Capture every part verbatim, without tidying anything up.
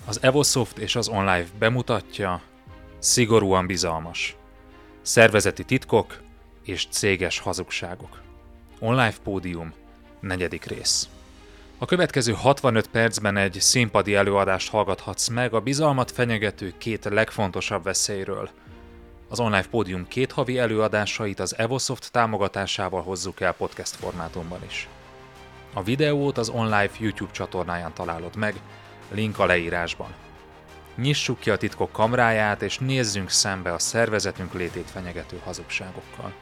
Az Evosoft és az OnLive bemutatja Szigorúan bizalmas. Szervezeti titkok és céges hazugságok. OnLive Pódium, negyedik rész. A következő hatvanöt percben egy színpadi előadást hallgathatsz meg a bizalmat fenyegető két legfontosabb veszélyről. Az OnLive Pódium két havi előadásait az Evosoft támogatásával hozzuk el podcast formátumban is. A videót az OnLive YouTube csatornáján találod meg, link a leírásban. Nyissuk ki a titkok kamráját, és nézzünk szembe a szervezetünk létét fenyegető hazugságokkal.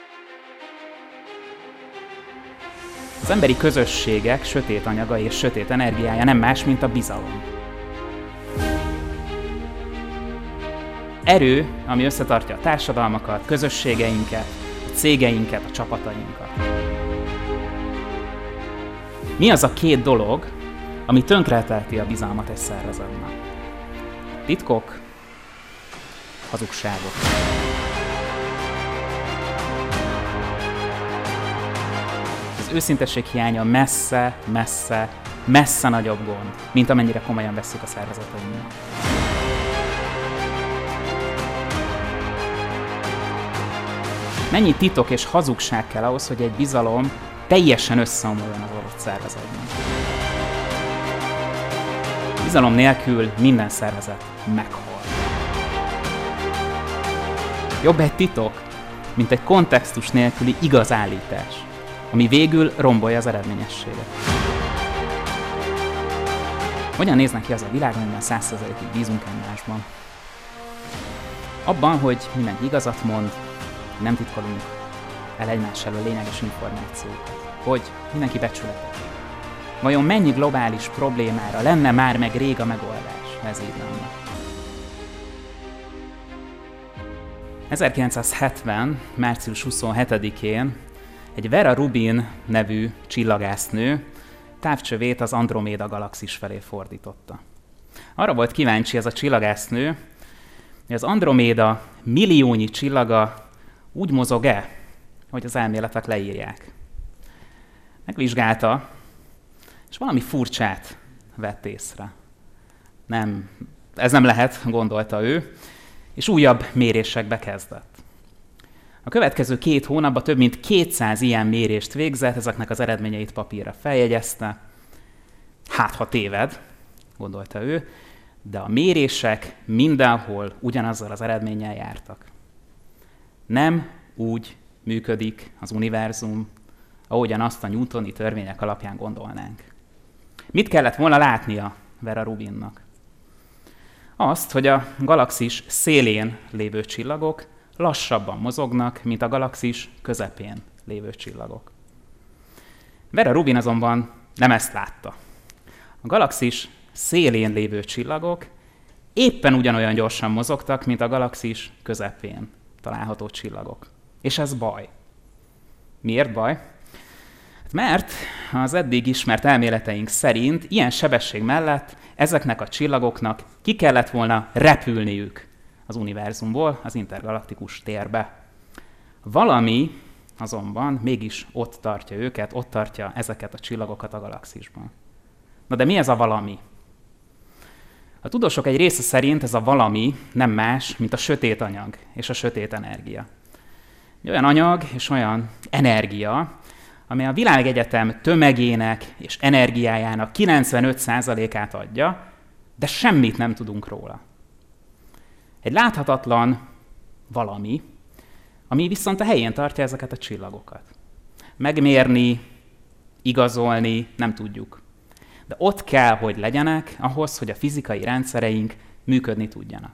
Az emberi közösségek sötét anyaga és sötét energiája nem más, mint a bizalom. Erő, ami összetartja a társadalmakat, közösségeinket, a cégeinket, a csapatainkat. Mi az a két dolog, ami tönkreteheti a bizalmat egy szervezetben? Titkok, hazugságok. Az őszintesség hiánya messze, messze, messze nagyobb gond, mint amennyire komolyan vesszük a szervezeteinkben. Mennyi titok és hazugság kell ahhoz, hogy egy bizalom teljesen összeomoljon az adott szervezetben? Bizalom nélkül minden szervezet meghal. Jobb egy titok, mint egy kontextus nélküli igaz állítás, ami végül rombolja az eredményességet. Hogyan néznek ki az a világ, amiben száz százalékig bízunk egymásban? Abban, hogy mindenki igazat mond, nem titkolunk el egymás elől lényeges információkat, hogy mindenki becsületes. Vajon mennyi globális problémára lenne már meg rég a megoldás, ha ez így lenne? ezerkilencszázhetven. március huszonhetedikén egy Vera Rubin nevű csillagásznő távcsövét az Androméda galaxis felé fordította. Arra volt kíváncsi ez a csillagásznő, hogy az Androméda milliónyi csillaga úgy mozog-e, hogy az elméletek leírják. Megvizsgálta, és valami furcsát vett észre. Nem, ez nem lehet, gondolta ő, és újabb mérésekbe kezdett. A következő két hónapban több mint kétszáz ilyen mérést végzett, ezeknek az eredményeit papírra feljegyezte. Hát, ha téved, gondolta ő, de a mérések mindenhol ugyanazzal az eredménnyel jártak. Nem úgy működik az univerzum, ahogyan azt a newtoni törvények alapján gondolnánk. Mit kellett volna látnia Vera Rubinnak? Azt, hogy a galaxis szélén lévő csillagok lassabban mozognak, mint a galaxis közepén lévő csillagok. Vera Rubin azonban nem ezt látta. A galaxis szélén lévő csillagok éppen ugyanolyan gyorsan mozogtak, mint a galaxis közepén található csillagok. És ez baj. Miért baj? Mert az eddig ismert elméleteink szerint ilyen sebesség mellett ezeknek a csillagoknak ki kellett volna repülniük az univerzumból, az intergalaktikus térbe. Valami azonban mégis ott tartja őket, ott tartja ezeket a csillagokat a galaxisban. Na de mi ez a valami? A tudósok egy része szerint ez a valami nem más, mint a sötét anyag és a sötét energia. Egy olyan anyag és olyan energia, amely a világegyetem tömegének és energiájának kilencvenöt százalékát adja, de semmit nem tudunk róla. Egy láthatatlan valami, ami viszont a helyén tartja ezeket a csillagokat. Megmérni, igazolni nem tudjuk. De ott kell, hogy legyenek ahhoz, hogy a fizikai rendszereink működni tudjanak.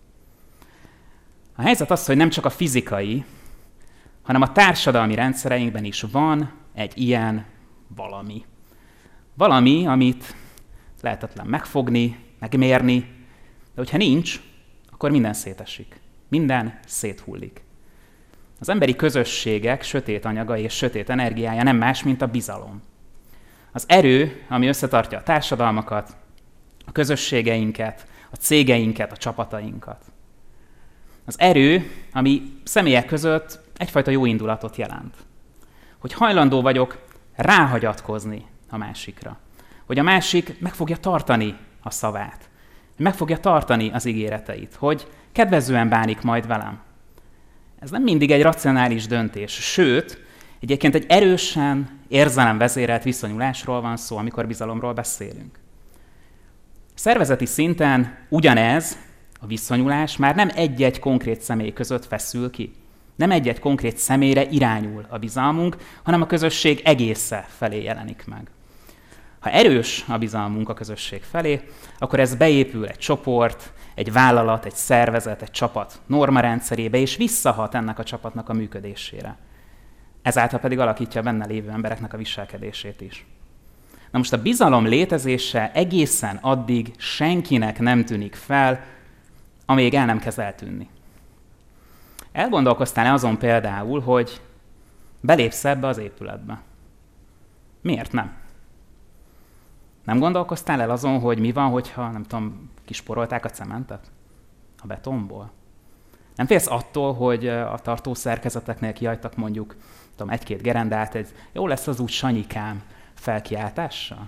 A helyzet az, hogy nem csak a fizikai, hanem a társadalmi rendszereinkben is van egy ilyen valami. Valami, amit lehetetlen megfogni, megmérni, de hogyha nincs, akkor minden szétesik. Minden széthullik. Az emberi közösségek sötét anyaga és sötét energiája nem más, mint a bizalom. Az erő, ami összetartja a társadalmakat, a közösségeinket, a cégeinket, a csapatainkat. Az erő, ami személyek között egyfajta jó indulatot jelent. Hogy hajlandó vagyok ráhagyatkozni a másikra. Hogy a másik meg fogja tartani a szavát. hogy meg fogja tartani az ígéreteit, hogy kedvezően bánik majd velem. Ez nem mindig egy racionális döntés, sőt, egyébként egy erősen érzelemvezérelt viszonyulásról van szó, amikor bizalomról beszélünk. Szervezeti szinten ugyanez a viszonyulás már nem egy-egy konkrét személy között feszül ki. Nem egy-egy konkrét személyre irányul a bizalmunk, hanem a közösség egésze felé jelenik meg. Ha erős a bizalmunk a közösség felé, akkor ez beépül egy csoport, egy vállalat, egy szervezet, egy csapat normarendszerébe, és visszahat ennek a csapatnak a működésére. Ezáltal pedig alakítja a benne lévő embereknek a viselkedését is. Na most a bizalom létezése egészen addig senkinek nem tűnik fel, amíg el nem kezd eltűnni. Elgondolkoztál-e azon például, hogy belépsz ebbe az épületbe? Miért nem? Nem gondolkoztál el azon, hogy mi van, hogyha, nem tudom, kisporolták a cementet? A betonból? Nem félsz attól, hogy a tartószerkezeteknél kihagytak mondjuk tudom, egy-két gerendát, egy jó lesz az úgy Sanyikám felkiáltással?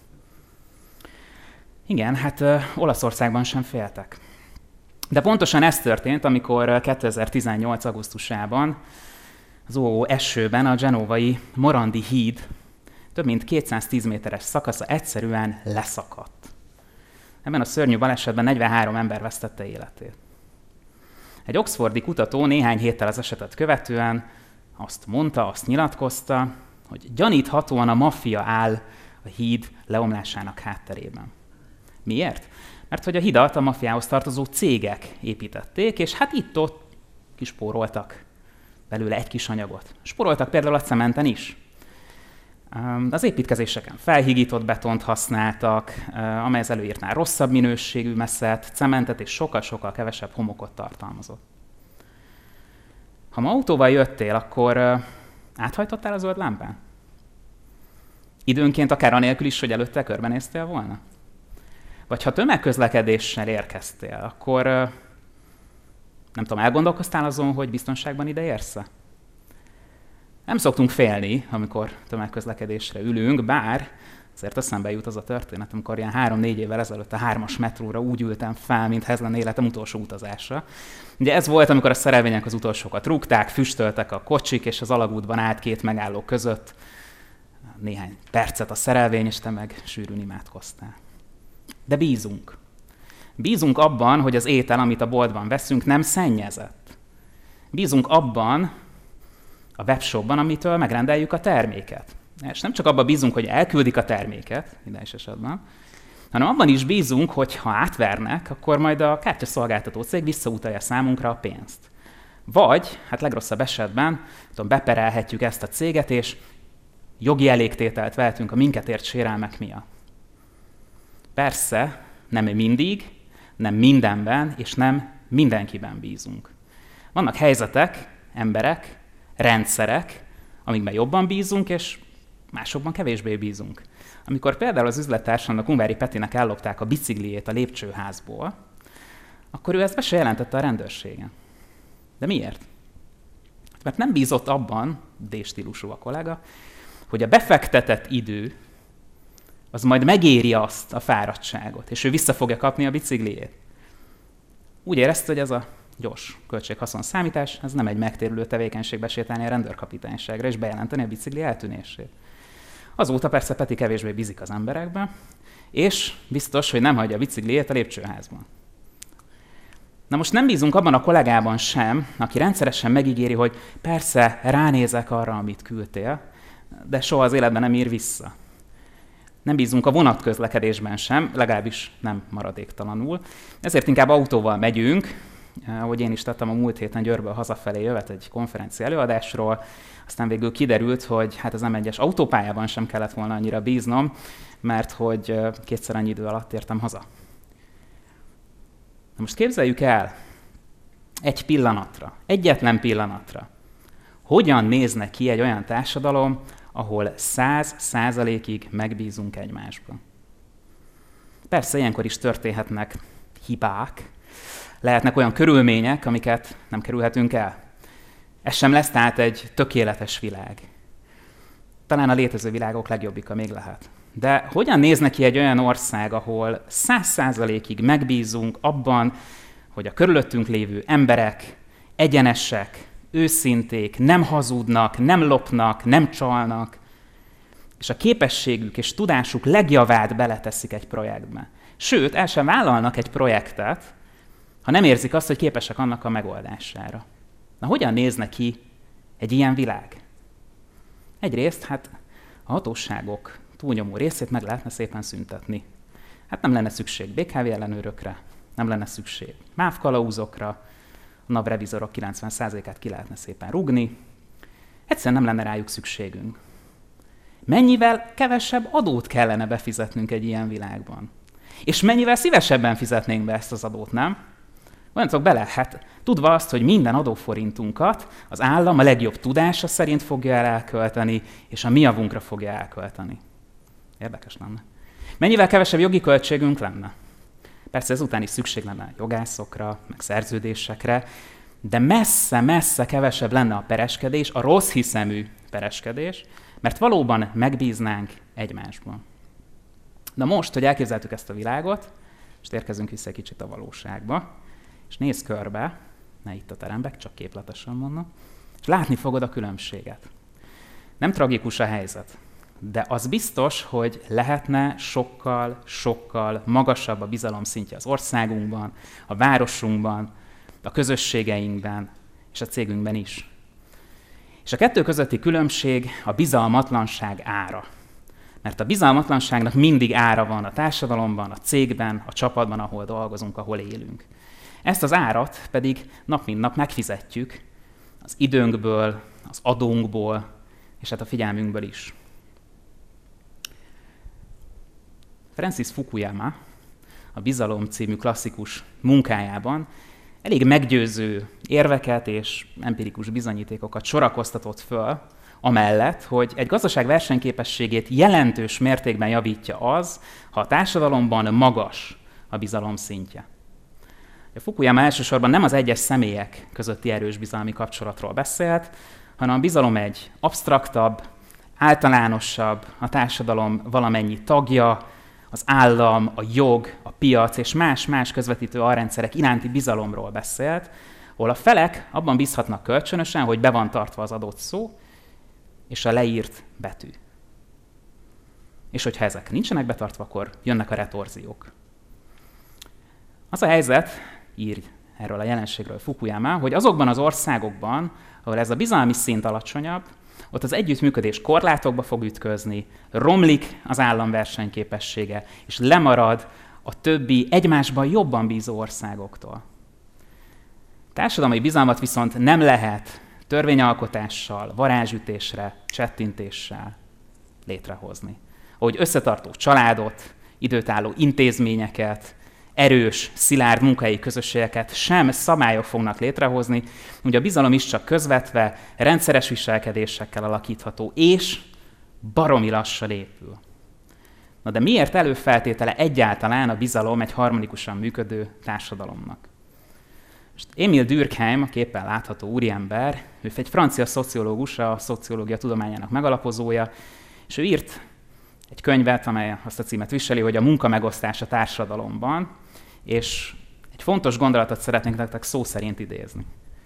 Igen, hát uh, Olaszországban sem féltek. De pontosan ez történt, amikor kétezer-tizennyolc. augusztusában az ó esőben a genovai Morandi híd több mint kétszáztíz méteres szakasza egyszerűen leszakadt. Ebben a szörnyű balesetben negyvenhárom ember vesztette életét. Egy oxfordi kutató néhány héttel az esetet követően azt mondta, azt nyilatkozta, hogy gyaníthatóan a maffia áll a híd leomlásának hátterében. Miért? Mert hogy a hidat a maffiához tartozó cégek építették, és hát itt-ott kispóroltak belőle egy kis anyagot. Spóroltak például a cementen is. Az építkezéseken felhígított betont használtak, amely az előírtnál rosszabb minőségű messzet, cementet és sokkal-sokkal kevesebb homokot tartalmazott. Ha ma autóval jöttél, akkor áthajtottál a zöld lámpán? Időnként akár anélkül is, hogy előtte körbenéztél volna? Vagy ha tömegközlekedéssel érkeztél, akkor nem tudom, elgondolkoztál azon, hogy biztonságban ide érsz-e? Nem szoktunk félni, amikor tömegközlekedésre ülünk, bár azért eszembe jut az a történet, amikor ilyen három-négy évvel ezelőtt a hármas metróra úgy ültem fel, mintha ez lenne életem utolsó utazásra. Ugye ez volt, amikor a szerelvények az utolsókat rúgták, füstöltek a kocsik, és az alagútban állt két megálló között néhány percet a szerelvény, és te meg sűrűn imádkoztál. De bízunk. Bízunk abban, hogy az étel, amit a boltban veszünk, nem szennyezett. Bízunk abban, a webshopban, amitől megrendeljük a terméket. És nem csak abban bízunk, hogy elküldik a terméket, ideális esetben, hanem abban is bízunk, hogy ha átvernek, akkor majd a kártyaszolgáltató cég visszautalja számunkra a pénzt. Vagy, hát legrosszabb esetben, tudom, beperelhetjük ezt a céget, és jogi elégtételt vehetünk a minket ért sérelmek miatt. Persze, nem mindig, nem mindenben, és nem mindenkiben bízunk. Vannak helyzetek, emberek, rendszerek, amikben jobban bízunk, és másokban kevésbé bízunk. Amikor például az üzlettársamnak, Ungvári Petinek ellopták a bicikliét a lépcsőházból, akkor ő ezt be se jelentette a rendőrségen. De miért? Mert nem bízott abban, D-stílusú a kollega, hogy a befektetett idő az majd megéri azt a fáradtságot, és ő vissza fogja kapni a bicikliét. Úgy érezte, hogy ez a gyors költség-haszon számítás, ez nem egy megtérülő tevékenységbe sétálni a rendőrkapitányságra és bejelenteni a bicikli eltűnését. Azóta persze Peti kevésbé bízik az emberekbe, és biztos, hogy nem hagyja a bicikliét a lépcsőházban. Na most nem bízunk abban a kollégában sem, aki rendszeresen megígéri, hogy persze ránézek arra, amit küldtél, de soha az életben nem ír vissza. Nem bízunk a vonatközlekedésben sem, legalábbis nem maradéktalanul. Ezért inkább autóval megyünk, ahogy én is tettem a múlt héten Győrből hazafelé jövet egy konferencia előadásról, aztán végül kiderült, hogy hát az em egyes autópályában sem kellett volna annyira bíznom, mert hogy kétszer annyi idő alatt értem haza. Na most képzeljük el egy pillanatra, egyetlen pillanatra, hogyan nézne ki egy olyan társadalom, ahol száz százalékig megbízunk egymásban. Persze ilyenkor is történhetnek hibák, lehetnek olyan körülmények, amiket nem kerülhetünk el. Ez sem lesz tehát egy tökéletes világ. Talán a létező világok legjobbika még lehet. De hogyan néz neki egy olyan ország, ahol száz százalékig megbízunk abban, hogy a körülöttünk lévő emberek egyenesek, őszinték, nem hazudnak, nem lopnak, nem csalnak, és a képességük és tudásuk legjavát beleteszik egy projektbe. Sőt, el sem vállalnak egy projektet, ha nem érzik azt, hogy képesek annak a megoldására. Na, hogyan néz neki egy ilyen világ? Egyrészt, hát a hatóságok túlnyomó részét meg lehetne szépen szüntetni. Hát nem lenne szükség bé ká vé ellenőrökre, nem lenne szükség MÁV kalauzokra, a NAV revizorok kilencven százalékát ki lehetne szépen rúgni, egyszerűen nem lenne rájuk szükségünk. Mennyivel kevesebb adót kellene befizetnünk egy ilyen világban? És mennyivel szívesebben fizetnénk be ezt az adót, nem? Gondoljatok bele, hát tudva azt, hogy minden adóforintunkat az állam a legjobb tudása szerint fogja el elkölteni, és a mi javunkra fogja elkölteni. Érdekes lenne. Mennyivel kevesebb jogi költségünk lenne? Persze ezután is szükség lenne jogászokra, meg szerződésekre, de messze-messze kevesebb lenne a pereskedés, a rossz hiszemű pereskedés, mert valóban megbíznánk egymásban. Na most, hogy elképzeltük ezt a világot, és érkezünk vissza egy kicsit a valóságba, és nézz körbe, ne itt a teremben, csak képletesen mondom, és látni fogod a különbséget. Nem tragikus a helyzet, de az biztos, hogy lehetne sokkal, sokkal magasabb a bizalom szintje az országunkban, a városunkban, a közösségeinkben és a cégünkben is. És a kettő közötti különbség a bizalmatlanság ára. Mert a bizalmatlanságnak mindig ára van a társadalomban, a cégben, a csapatban, ahol dolgozunk, ahol élünk. Ezt az árat pedig nap mint nap megfizetjük az időnkből, az adónkból, és hát a figyelmünkből is. Francis Fukuyama a Bizalom című klasszikus munkájában elég meggyőző érveket és empirikus bizonyítékokat sorakoztatott föl, amellett, hogy egy gazdaság versenyképességét jelentős mértékben javítja az, ha a társadalomban magas a bizalom szintje. A Fukuyama elsősorban nem az egyes személyek közötti erős bizalmi kapcsolatról beszélt, hanem a bizalom egy absztraktabb, általánosabb, a társadalom valamennyi tagja, az állam, a jog, a piac és más-más közvetítő alrendszerek iránti bizalomról beszélt, ahol a felek abban bízhatnak kölcsönösen, hogy be van tartva az adott szó, és a leírt betű. És hogyha ezek nincsenek betartva, akkor jönnek a retorziók. Az a helyzet, ír erről a jelenségről Fukuyama, hogy azokban az országokban, ahol ez a bizalmi szint alacsonyabb, ott az együttműködés korlátokba fog ütközni, romlik az állam versenyképessége, és lemarad a többi egymásban jobban bízó országoktól. Társadalmi bizalmat viszont nem lehet törvényalkotással, varázsütésre, csettintéssel létrehozni. Ahogy összetartó családot, időtálló intézményeket, erős, szilárd munkahelyi közösségeket sem szabályok fognak létrehozni, ugye a bizalom is csak közvetve, rendszeres viselkedésekkel alakítható, és baromi lassan épül. Na de miért előfeltétele egyáltalán a bizalom egy harmonikusan működő társadalomnak? Most Émile Durkheim, a képen látható úriember, ő egy francia szociológus, a szociológia tudományának megalapozója, és ő írt egy könyvet, amely azt a címet viseli, hogy a munkamegosztás a társadalomban, és egy fontos gondolatot szeretnénk nektek szó szerint idézni.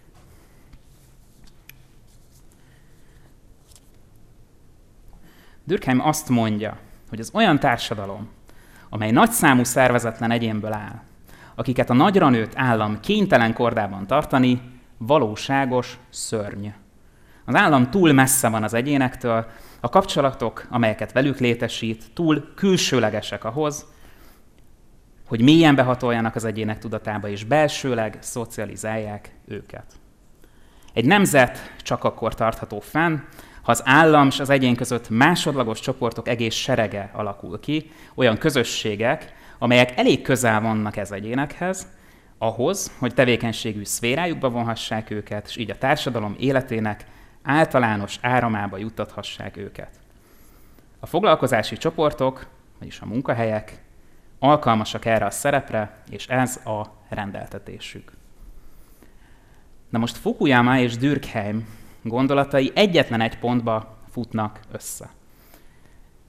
Durkheim azt mondja, hogy az olyan társadalom, amely nagyszámú szervezetlen egyénből áll, akiket a nagyra nőtt állam kénytelen kordában tartani, valóságos szörny. Az állam túl messze van az egyénektől, a kapcsolatok, amelyeket velük létesít, túl külsőlegesek ahhoz, hogy mélyen behatoljanak az egyének tudatába, és belsőleg szocializálják őket. Egy nemzet csak akkor tartható fenn, ha az állam és az egyén között másodlagos csoportok egész serege alakul ki, olyan közösségek, amelyek elég közel vannak ez egyénekhez, ahhoz, hogy tevékenységű szférájukba vonhassák őket, és így a társadalom életének általános áramába juttathassák őket. A foglalkozási csoportok, vagyis a munkahelyek alkalmasak erre a szerepre, és ez a rendeltetésük. Na most Fukuyama és Durkheim gondolatai egyetlen egy pontba futnak össze.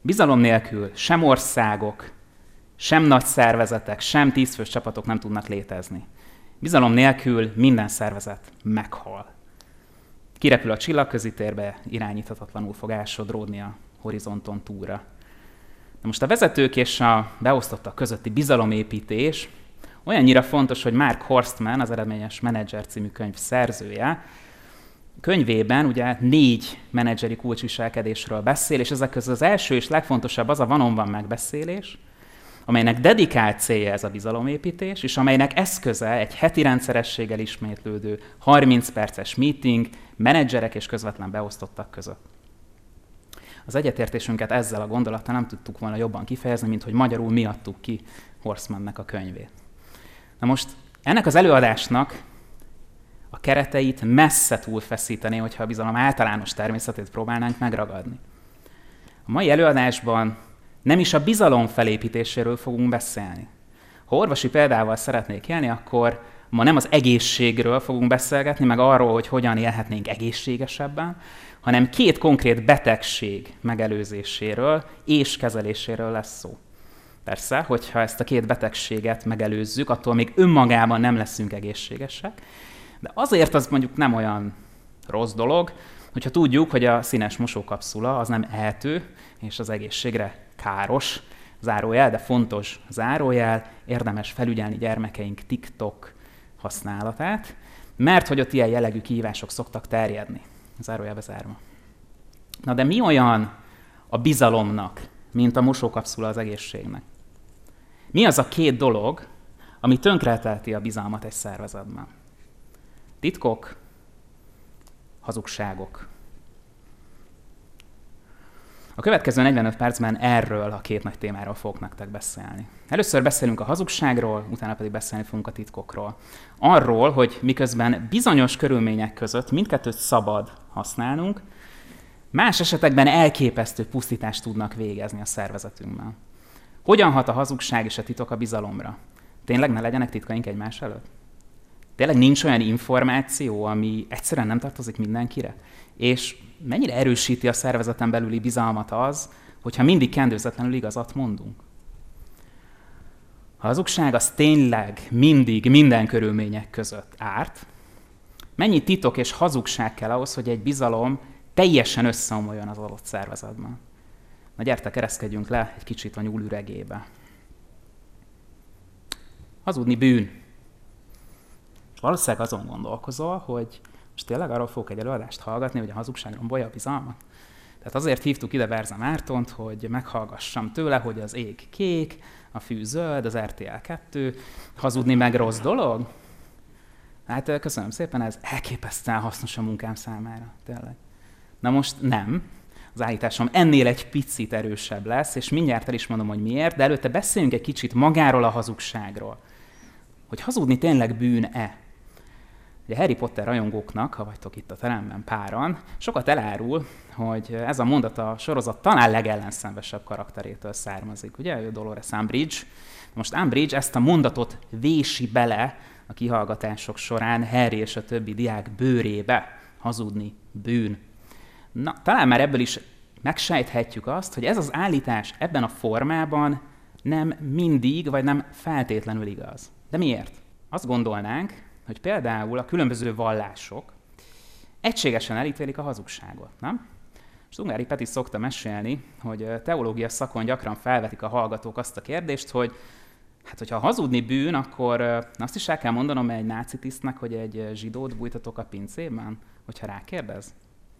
Bizalom nélkül sem országok, sem nagy szervezetek, sem tízfős csapatok nem tudnak létezni. Bizalom nélkül minden szervezet meghal. Kirepül a csillagközi térbe, irányíthatatlanul fog elsodródni a horizonton túlra. Na most a vezetők és a beosztottak közötti bizalomépítés olyannyira fontos, hogy Mark Horstman, az Eredményes Menedzser című könyv szerzője, könyvében ugye négy menedzseri kulcsviselkedésről beszél, és ezek közül az első és legfontosabb az a one-on-one megbeszélés, amelynek dedikált célja ez a bizalomépítés, és amelynek eszköze egy heti rendszerességgel ismétlődő harminc perces meeting menedzserek és közvetlen beosztottak között. Az egyetértésünket ezzel a gondolattal nem tudtuk volna jobban kifejezni, mint hogy magyarul mi adtuk ki Horstmannek a könyvét. Na most ennek az előadásnak a kereteit messze túlfeszítené, hogyha a bizalom általános természetét próbálnánk megragadni. A mai előadásban nem is a bizalom felépítéséről fogunk beszélni. Ha orvosi példával szeretnék élni, akkor ma nem az egészségről fogunk beszélgetni, meg arról, hogy hogyan élhetnénk egészségesebben, hanem két konkrét betegség megelőzéséről és kezeléséről lesz szó. Persze, hogyha ezt a két betegséget megelőzzük, attól még önmagában nem leszünk egészségesek, de azért az mondjuk nem olyan rossz dolog, hogyha tudjuk, hogy a színes mosókapszula az nem ehető, és az egészségre káros, zárójel, de fontos zárójel, érdemes felügyelni gyermekeink TikTok használatát, mert hogy ott ilyen jellegű kihívások szoktak terjedni. Zárójelbe zárva. Na de mi olyan a bizalomnak, mint a mosókapszula az egészségnek? Mi az a két dolog, ami tönkretelti a bizalmat egy szervezetben? Titkok, hazugságok. A következő negyvenöt percben erről a két nagy témáról fogok nektek beszélni. Először beszélünk a hazugságról, utána pedig beszélni fogunk a titkokról. Arról, hogy miközben bizonyos körülmények között mindkettőt szabad használnunk, más esetekben elképesztő pusztítást tudnak végezni a szervezetünkben. Hogyan hat a hazugság és a titok a bizalomra? Tényleg ne legyenek titkaink egymás előtt? Tényleg nincs olyan információ, ami egyszerűen nem tartozik mindenkire? És mennyire erősíti a szervezeten belüli bizalmat az, hogyha mindig kendőzetlenül igazat mondunk? A hazugság az tényleg mindig, minden körülmények között árt. Mennyi titok és hazugság kell ahhoz, hogy egy bizalom teljesen összeomoljon az adott szervezetben? Na gyertek, ereszkedjünk le egy kicsit a nyúl üregébe. Hazudni bűn. És valószínűleg azon gondolkozol, hogy most tényleg arról fogok egy előadást hallgatni, hogy a hazugság rombolja a bizalmat? Tehát azért hívtuk ide Berze Mártont, hogy meghallgassam tőle, hogy az ég kék, a fű zöld, az er té el kettő, hazudni meg rossz dolog? Hát köszönöm szépen, ez elképesztően hasznos a munkám számára, tényleg. Na most nem, az állításom ennél egy picit erősebb lesz, és mindjárt el is mondom, hogy miért, de előtte beszéljünk egy kicsit magáról a hazugságról. Hogy hazudni tényleg bűn-e? Ugye Harry Potter rajongóknak, ha vagytok itt a teremben páran, sokat elárul, hogy ez a mondat a sorozat talán legellenszenvesebb karakterétől származik. Ugye, ő Dolores Umbridge. Most Umbridge ezt a mondatot vési bele a kihallgatások során Harry és a többi diák bőrébe. Hazudni bűn. Na, talán már ebből is megsejthetjük azt, hogy ez az állítás ebben a formában nem mindig, vagy nem feltétlenül igaz. De miért? Azt gondolnánk, hogy például a különböző vallások egységesen elítélik a hazugságot, nem? És Ungvári Peti szokta mesélni, hogy teológia szakon gyakran felvetik a hallgatók azt a kérdést, hogy hát, hogyha hazudni bűn, akkor azt is el kell mondanom egy náci tisztnek, hogy egy zsidót bújtatok a pincében, hogyha rákérdez.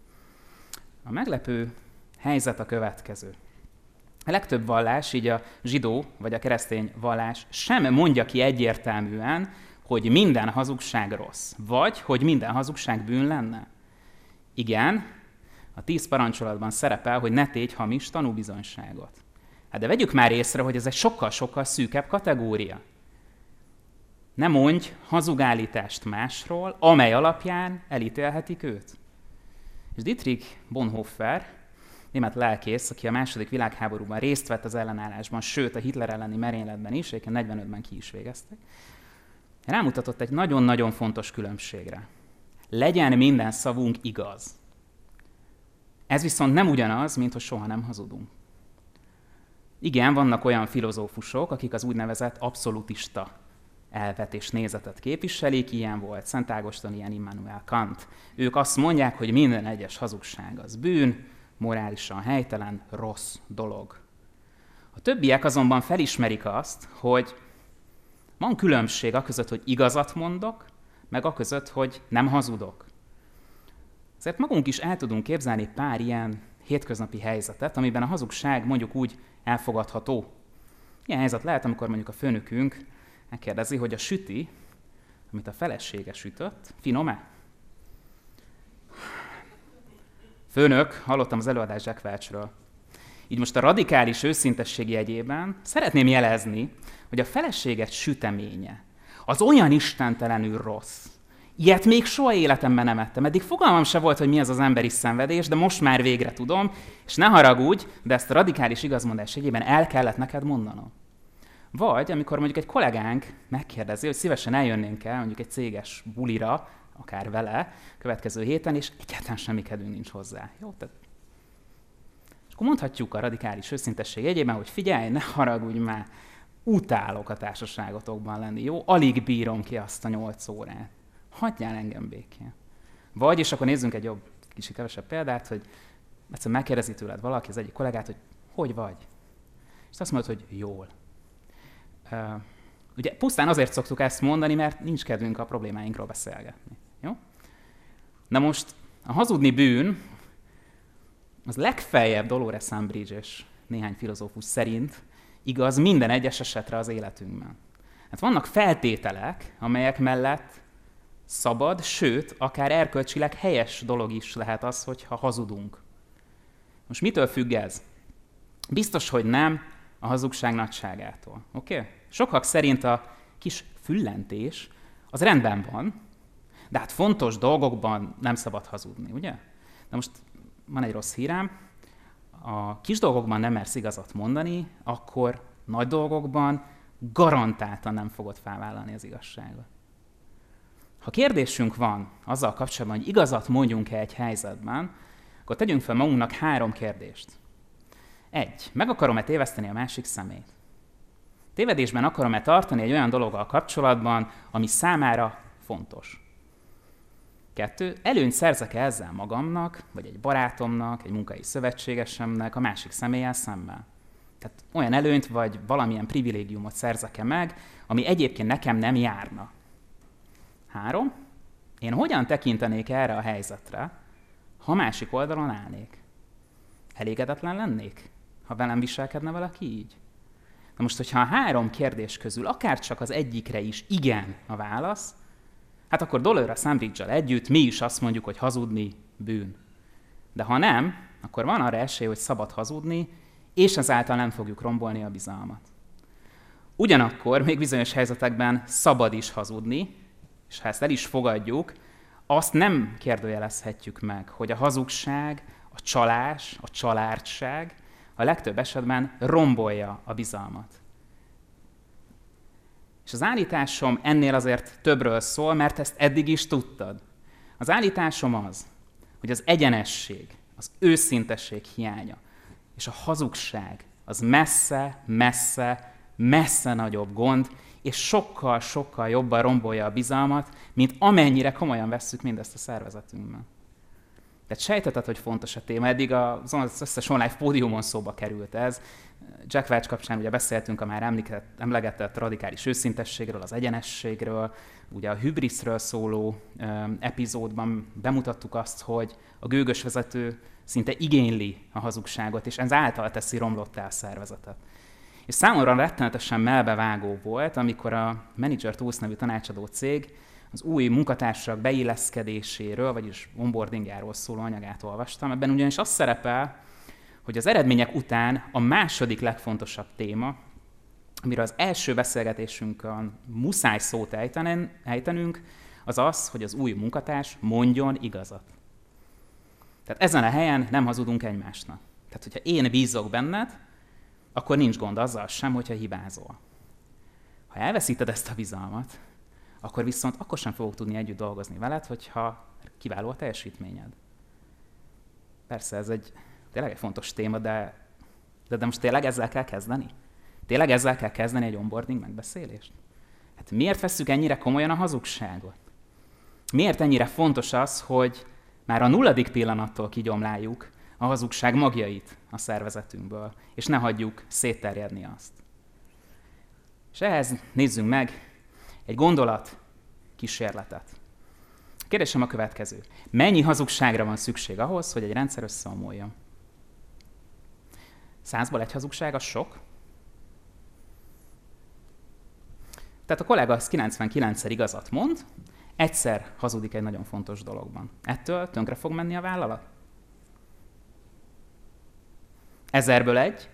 A meglepő helyzet a következő. A legtöbb vallás, így a zsidó vagy a keresztény vallás sem mondja ki egyértelműen, hogy minden hazugság rossz, vagy hogy minden hazugság bűn lenne. Igen, a tíz parancsolatban szerepel, hogy ne tégy hamis tanúbizonyságot. Hát de vegyük már észre, hogy ez egy sokkal-sokkal szűkebb kategória. Ne mondj hazugállítást másról, amely alapján elítélhetik őt. És Dietrich Bonhoeffer, német lelkész, aki a második világháborúban részt vett az ellenállásban, sőt a Hitler elleni merényletben is, egyébként negyvenötben ki is végeztek, rámutatott egy nagyon-nagyon fontos különbségre. Legyen minden szavunk igaz. Ez viszont nem ugyanaz, mint hogy soha nem hazudunk. Igen, vannak olyan filozófusok, akik az úgynevezett abszolutista elvet és nézetet képviselik, ilyen volt Szent Ágoston, ilyen Immanuel Kant. Ők azt mondják, hogy minden egyes hazugság az bűn, morálisan helytelen, rossz dolog. A többiek azonban felismerik azt, hogy van különbség aközött, hogy igazat mondok, meg aközött, hogy nem hazudok. Ezért magunk is el tudunk képzelni pár ilyen hétköznapi helyzetet, amiben a hazugság mondjuk úgy elfogadható. Ilyen helyzet lehet, amikor mondjuk a főnökünk megkérdezi, hogy a süti, amit a felesége sütött, finom-e? Főnök, hallottam az előadás Jack Welchről. Így most a radikális őszintesség jegyében szeretném jelezni, hogy a feleséget süteménye az olyan istentelenül rossz. Ilyet még soha életemben nem ettem. Eddig fogalmam se volt, hogy mi az az emberi szenvedés, de most már végre tudom, és ne haragudj, de ezt a radikális igazmondás jegyében el kellett neked mondanom. Vagy amikor mondjuk egy kollégánk megkérdezi, hogy szívesen eljönnénk el mondjuk egy céges bulira, akár vele, következő héten, és egyáltalán semmi kedvünk nincs hozzá. Jó? Tehát... És akkor mondhatjuk a radikális őszintesség jegyében, hogy figyelj, ne haragudj már, utálok a társaságotokban lenni, jó? Alig bírom ki azt a nyolc órát. Hagyjál engem békén. Vagy, és akkor nézzünk egy jobb, kicsit kevesebb példát, hogy egyszer megkérdezi tőled valaki, az egyik kollégát, hogy hogy vagy? És azt mondod, hogy jól. Uh, ugye pusztán azért szoktuk ezt mondani, mert nincs kedvünk a problémáinkról beszélgetni. Jó? Na most a hazudni bűn, az legfeljebb Dolores Umbridge és néhány filozófus szerint igaz minden egyes esetre az életünkben. Hát vannak feltételek, amelyek mellett szabad, sőt, akár erkölcsileg helyes dolog is lehet az, hogyha hazudunk. Most mitől függ ez? Biztos, hogy nem a hazugság nagyságától. Oké? Okay? Sokak szerint a kis füllentés az rendben van, de hát fontos dolgokban nem szabad hazudni, ugye? De most van egy rossz hírem, a kis dolgokban nem mersz igazat mondani, akkor nagy dolgokban garantáltan nem fogod felvállalni az igazságot. Ha kérdésünk van azzal kapcsolatban, hogy igazat mondjunk-e egy helyzetben, akkor tegyünk fel magunknak három kérdést. Egy. Meg akarom-e téveszteni a másik szemét? Tévedésben akarom-e tartani egy olyan dologgal kapcsolatban, ami számára fontos? Kettő. Előnyt szerzek-e ezzel magamnak, vagy egy barátomnak, egy munkai szövetségesemnek, a másik személlyel szemben? Tehát olyan előnyt, vagy valamilyen privilégiumot szerzek-e meg, ami egyébként nekem nem járna? Három. Én hogyan tekintenék erre a helyzetre, ha másik oldalon állnék? Elégedetlen lennék, ha velem viselkedne valaki így? Na most, hogyha a három kérdés közül akár csak az egyikre is igen a válasz, hát akkor Dolores Umbridge-al együtt mi is azt mondjuk, hogy hazudni bűn. De ha nem, akkor van arra esély, hogy szabad hazudni, és ezáltal nem fogjuk rombolni a bizalmat. Ugyanakkor még bizonyos helyzetekben szabad is hazudni, és ha ezt el is fogadjuk, azt nem kérdőjelezhetjük meg, hogy a hazugság, a csalás, a csalárdság a legtöbb esetben rombolja a bizalmat. És az állításom ennél azért többről szól, mert ezt eddig is tudtad. Az állításom az, hogy az egyenesség, az őszintesség hiánya és a hazugság az messze, messze, messze nagyobb gond, és sokkal-sokkal jobban rombolja a bizalmat, mint amennyire komolyan vesszük mindezt a szervezetünkben. Tehát sejteted, hogy fontos a téma. Eddig az összes online pódiumon szóba került ez. Jack Welch kapcsán ugye beszéltünk a már emlegetett radikális őszintességről, az egyenességről, ugye a hübriszről szóló epizódban bemutattuk azt, hogy a gőgös vezető szinte igényli a hazugságot, és ez által teszi romlottá a szervezetet. És számomra rettenetesen melbevágó volt, amikor a Manager Tools nevű tanácsadó cég az új munkatársak beilleszkedéséről, vagyis onboardingjáról szóló anyagát olvastam. Ebben ugyanis az szerepel, hogy az eredmények után a második legfontosabb téma, amiről az első beszélgetésünkön muszáj szót ejtenünk, az az, hogy az új munkatárs mondjon igazat. Tehát ezen a helyen nem hazudunk egymásnak. Tehát, hogyha én bízok benned, akkor nincs gond azzal sem, hogyha hibázol. Ha elveszíted ezt a bizalmat, akkor viszont akkor sem fogok tudni együtt dolgozni veled, hogyha kiváló a teljesítményed. Persze ez egy tényleg egy fontos téma, de De, de most tényleg ezzel kell kezdeni? Tényleg ezzel kell kezdeni egy onboarding megbeszélést? Hát miért vesszük ennyire komolyan a hazugságot? Miért ennyire fontos az, hogy már a nulladik pillanattól kigyomláljuk a hazugság magjait a szervezetünkből, és ne hagyjuk szétterjedni azt? És ehhez nézzünk meg egy gondolat kísérletet. A kérdésem a következő. Mennyi hazugságra van szükség ahhoz, hogy egy rendszer összeomoljon? Százból egy hazugság, az sok? Tehát a kollega az kilencvenkilencszer igazat mond, egyszer hazudik egy nagyon fontos dologban. Ettől tönkre fog menni a vállalat? Ezerből egy?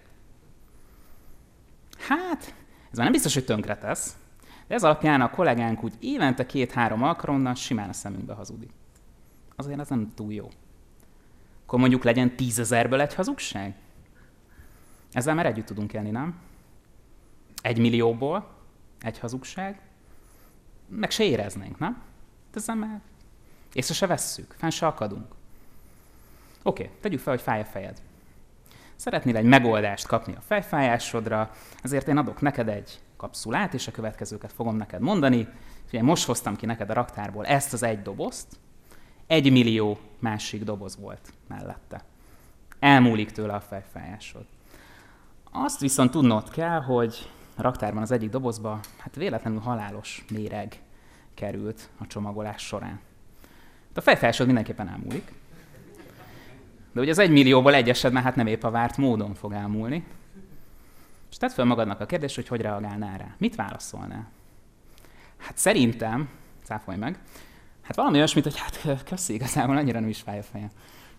Hát, ez már nem biztos, hogy tönkre tesz, de ez alapján a kollégánk úgy évente két-három alkalommal simán a szemünkbe hazudik. Azért ez nem túl jó. Akkor mondjuk legyen tízezerből egy hazugság? Ezzel már együtt tudunk élni, nem? Egy millióból egy hazugság? Meg se éreznénk, nem? Ezzel már észre se vesszük, fenn se akadunk. Oké, okay, tegyük fel, hogy fáj a fejed. Szeretnél egy megoldást kapni a fejfájásodra, ezért én adok neked egy kapszulát, és a következőket fogom neked mondani. Figyelj, most hoztam ki neked a raktárból ezt az egy dobozt, egy millió másik doboz volt mellette. Elmúlik tőle a fejfájásod. Azt viszont tudnod kell, hogy a raktárban az egyik dobozba hát véletlenül halálos méreg került a csomagolás során. A fejfájásod mindenképpen elmúlik. De ugye az egy millióból egy esetben hát nem épp a várt módon fog elmúlni. És tedd fel magadnak a kérdést, hogy hogy reagálnál rá. Mit válaszolnál? Hát szerintem, cáfolj meg, hát valami olyasmit, hogy hát köszi, igazából annyira nem is fáj a fejem.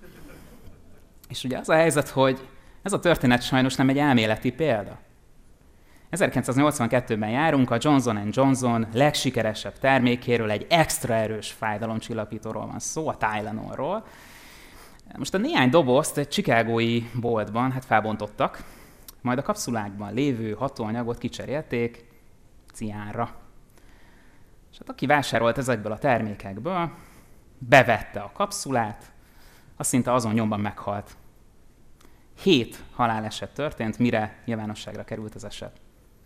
És ugye az a helyzet, hogy ez a történet sajnos nem egy elméleti példa. ezerkilencszáznyolcvankettőben járunk, a Johnson and Johnson legsikeresebb termékéről, egy extra erős fájdalomcsillapítóról van szó, a Tylenolról. Most a néhány dobozt egy chicagói boltban hát felbontottak, majd a kapszulákban lévő hatóanyagot kicserélték ciánra. És hát aki vásárolt ezekből a termékekből, bevette a kapszulát, azt szinte azon nyomban meghalt. Hét haláleset történt, mire nyilvánosságra került az eset.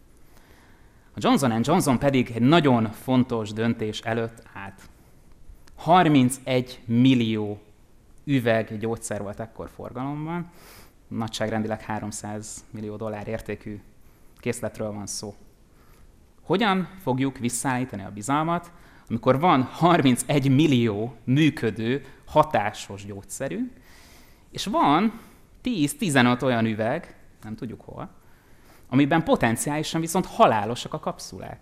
A Johnson and Johnson pedig egy nagyon fontos döntés előtt állt. harmincegy millió üveg gyógyszer volt ekkor forgalomban, nagyságrendileg háromszáz millió dollár értékű készletről van szó. Hogyan fogjuk visszaállítani a bizalmat, amikor van harmincegy millió működő, hatásos gyógyszerünk, és van tíz-tizenöt olyan üveg, nem tudjuk hol, amiben potenciálisan viszont halálosak a kapszulák.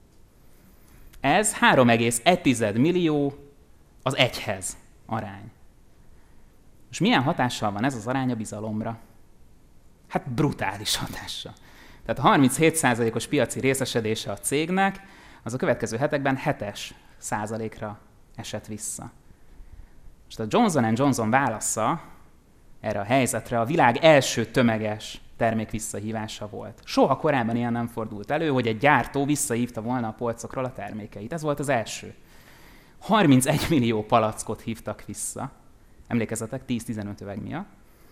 Ez három egész egy millió az egyhez arány. És milyen hatással van ez az arány a bizalomra? Hát brutális hatással. Tehát a harminchét százalékos piaci részesedése a cégnek, az a következő hetekben hetes százalékra esett vissza. És a Johnson and Johnson válasza erre a helyzetre a világ első tömeges termék visszahívása volt. Soha korábban ilyen nem fordult elő, hogy egy gyártó visszahívta volna a polcokról a termékeit. Ez volt az első. harmincegy millió palackot hívtak vissza. Emlékezzetek, tíz-tizenöt üveg miatt.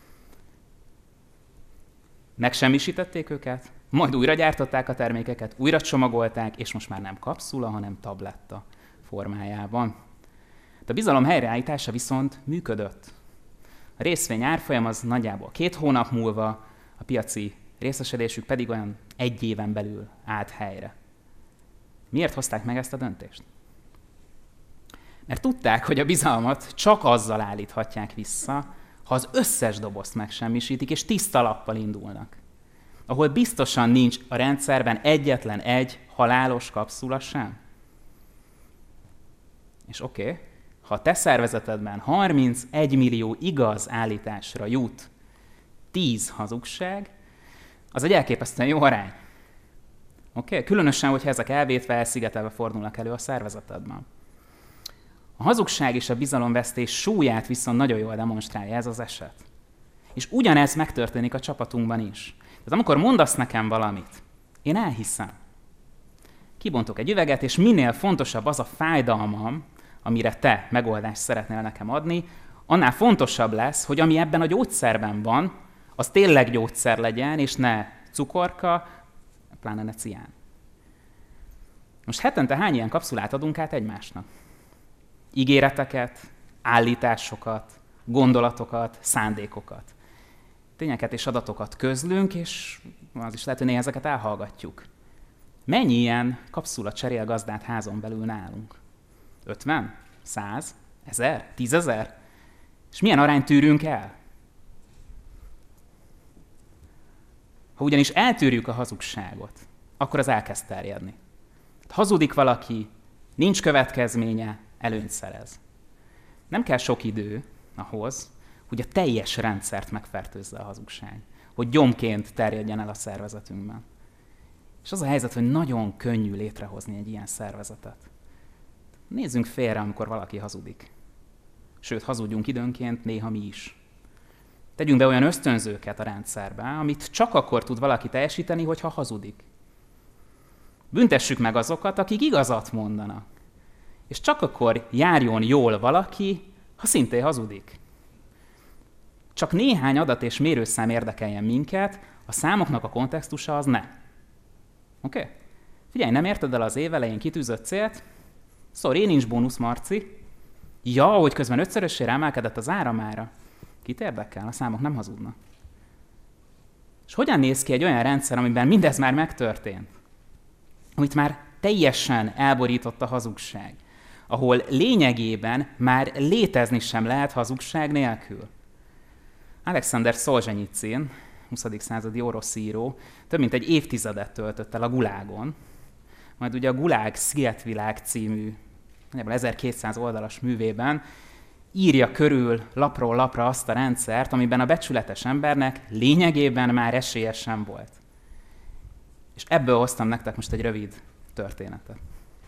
Megsemmisítették őket, majd újra gyártották a termékeket, újra csomagolták, és most már nem kapszula, hanem tabletta formájában. De a bizalom helyreállítása viszont működött. A részvény árfolyam az nagyjából két hónap múlva, a piaci részesedésük pedig olyan egy éven belül állt helyre. Miért hozták meg ezt a döntést? Mert tudták, hogy a bizalmat csak azzal állíthatják vissza, ha az összes dobozt megsemmisítik, és tiszta lappal indulnak. Ahol biztosan nincs a rendszerben egyetlen egy halálos kapszula sem. És oké, okay, ha a te szervezetedben harmincegy millió igaz állításra jut tíz hazugság, az egy elképesztően jó arány. Oké? Okay? Különösen, hogyha ezek elvétve, elszigetelve fordulnak elő a szervezetedben. A hazugság és a bizalomvesztés súlyát viszont nagyon jól demonstrálja ez az eset. És ugyanez megtörténik a csapatunkban is. Tehát amikor mondasz nekem valamit, én elhiszem. Kibontok egy üveget, és minél fontosabb az a fájdalmam, amire te megoldást szeretnél nekem adni, annál fontosabb lesz, hogy ami ebben a gyógyszerben van, az tényleg gyógyszer legyen, és ne cukorka, pláne ne cián. Most hetente hány ilyen kapszulát adunk át egymásnak? Ígéreteket, állításokat, gondolatokat, szándékokat. Tényeket és adatokat közlünk, és az is lehet, hogy néha ezeket elhallgatjuk. Mennyi ilyen kapszula cserél gazdát házon belül nálunk? ötven? száz? ezer? tízezer? És milyen arányt tűrünk el? Ha ugyanis eltűrjük a hazugságot, akkor az elkezd terjedni. Hazudik valaki, nincs következménye, előnyt szerez. Nem kell sok idő ahhoz, hogy a teljes rendszert megfertőzze a hazugság, hogy gyomként terjedjen el a szervezetünkben. És az a helyzet, hogy nagyon könnyű létrehozni egy ilyen szervezetet. Nézzünk félre, amikor valaki hazudik. Sőt, hazudjunk időnként, néha mi is. Tegyünk be olyan ösztönzőket a rendszerbe, amit csak akkor tud valaki teljesíteni, hogyha hazudik. Büntessük meg azokat, akik igazat mondanak. És csak akkor járjon jól valaki, ha szintén hazudik. Csak néhány adat és mérőszám érdekeljen minket, a számoknak a kontextusa az ne. Oké? Okay? Figyelj, nem érted el az év elején kitűzött célt? Sorry, nincs bónusz, Marci. Ja, hogy közben ötszörösére emelkedett az áramára. Kit érdekel? A számok nem hazudnak. És hogyan néz ki egy olyan rendszer, amiben mindez már megtörtént? Amit már teljesen elborított a hazugság. Ahol lényegében már létezni sem lehet hazugság nélkül. Alexander Szolzsenyicin, huszadik századi orosz író, több mint egy évtizedet töltött el a Gulágon, majd ugye a Gulág Szigetvilág című, nagyjából ezerkétszáz oldalas művében írja körül lapról lapra azt a rendszert, amiben a becsületes embernek lényegében már esélye sem volt. És ebből hoztam nektek most egy rövid történetet.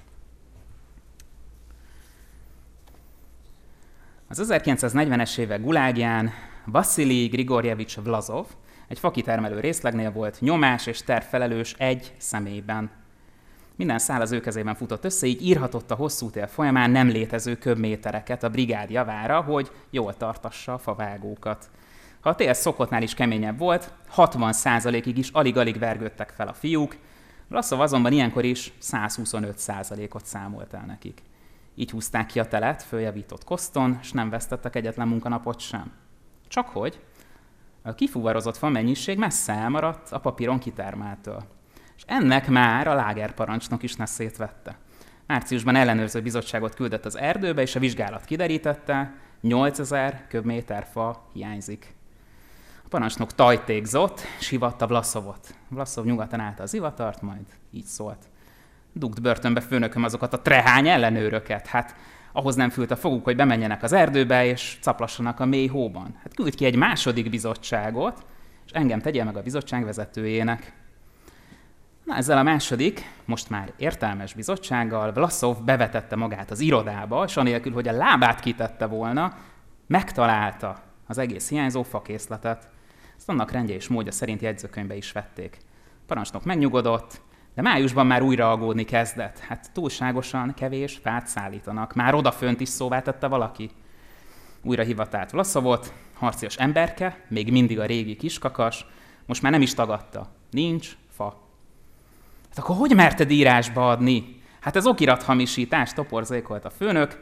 Az ezerkilencszáznegyvenes évek Gulágján Vaszilij Grigorjevics Vlazov egy fakitermelő részlegnél volt nyomás és tervfelelős egy személyben. Minden szál az ő kezében futott össze, így írhatott a hosszú tél folyamán nem létező köbmétereket a brigád javára, hogy jól tartassa a favágókat. Ha a tél szokottnál is keményebb volt, hatvan százalékig is alig-alig vergődtek fel a fiúk, Vlaszov azonban ilyenkor is száz huszonöt százalékot számolt el nekik. Így húzták ki a telet följavított koszton, s nem vesztettek egyetlen munkanapot sem. Csakhogy a kifuvarozott fa mennyiség messze elmaradt a papíron kitermeltől. És ennek már a lágerparancsnok is neszét vette. Márciusban ellenőrző bizottságot küldött az erdőbe, és a vizsgálat kiderítette, nyolcezer köbméter fa hiányzik. A parancsnok tajtékzott, s hivatta Vlaszovot. Vlaszov nyugodtan állta az ivatart, majd így szólt. Dugd börtönbe, főnököm, azokat a trehány ellenőröket. Hát ahhoz nem fült a foguk, hogy bemenjenek az erdőbe, és caplassanak a mély hóban. Hát küld ki egy második bizottságot, és engem tegyél meg a bizottság vezetőjének. Na, ezzel a második, most már értelmes bizottsággal Vlaszov bevetette magát az irodába, és anélkül, hogy a lábát kitette volna, megtalálta az egész hiányzó fakészletet. Ezt annak rendje és módja szerint jegyzőkönyvbe is vették. A parancsnok megnyugodott, de májusban már újra aggódni kezdett. Hát túlságosan kevés fát szállítanak. Már odafönt is szóvá tette valaki. Újra hivatált Vlaszovot, harcias emberke, még mindig a régi kiskakas, most már nem is tagadta. Nincs fa. Hát akkor hogy merted írásba adni? Hát ez okirathamisítás, toporzékolt a főnök.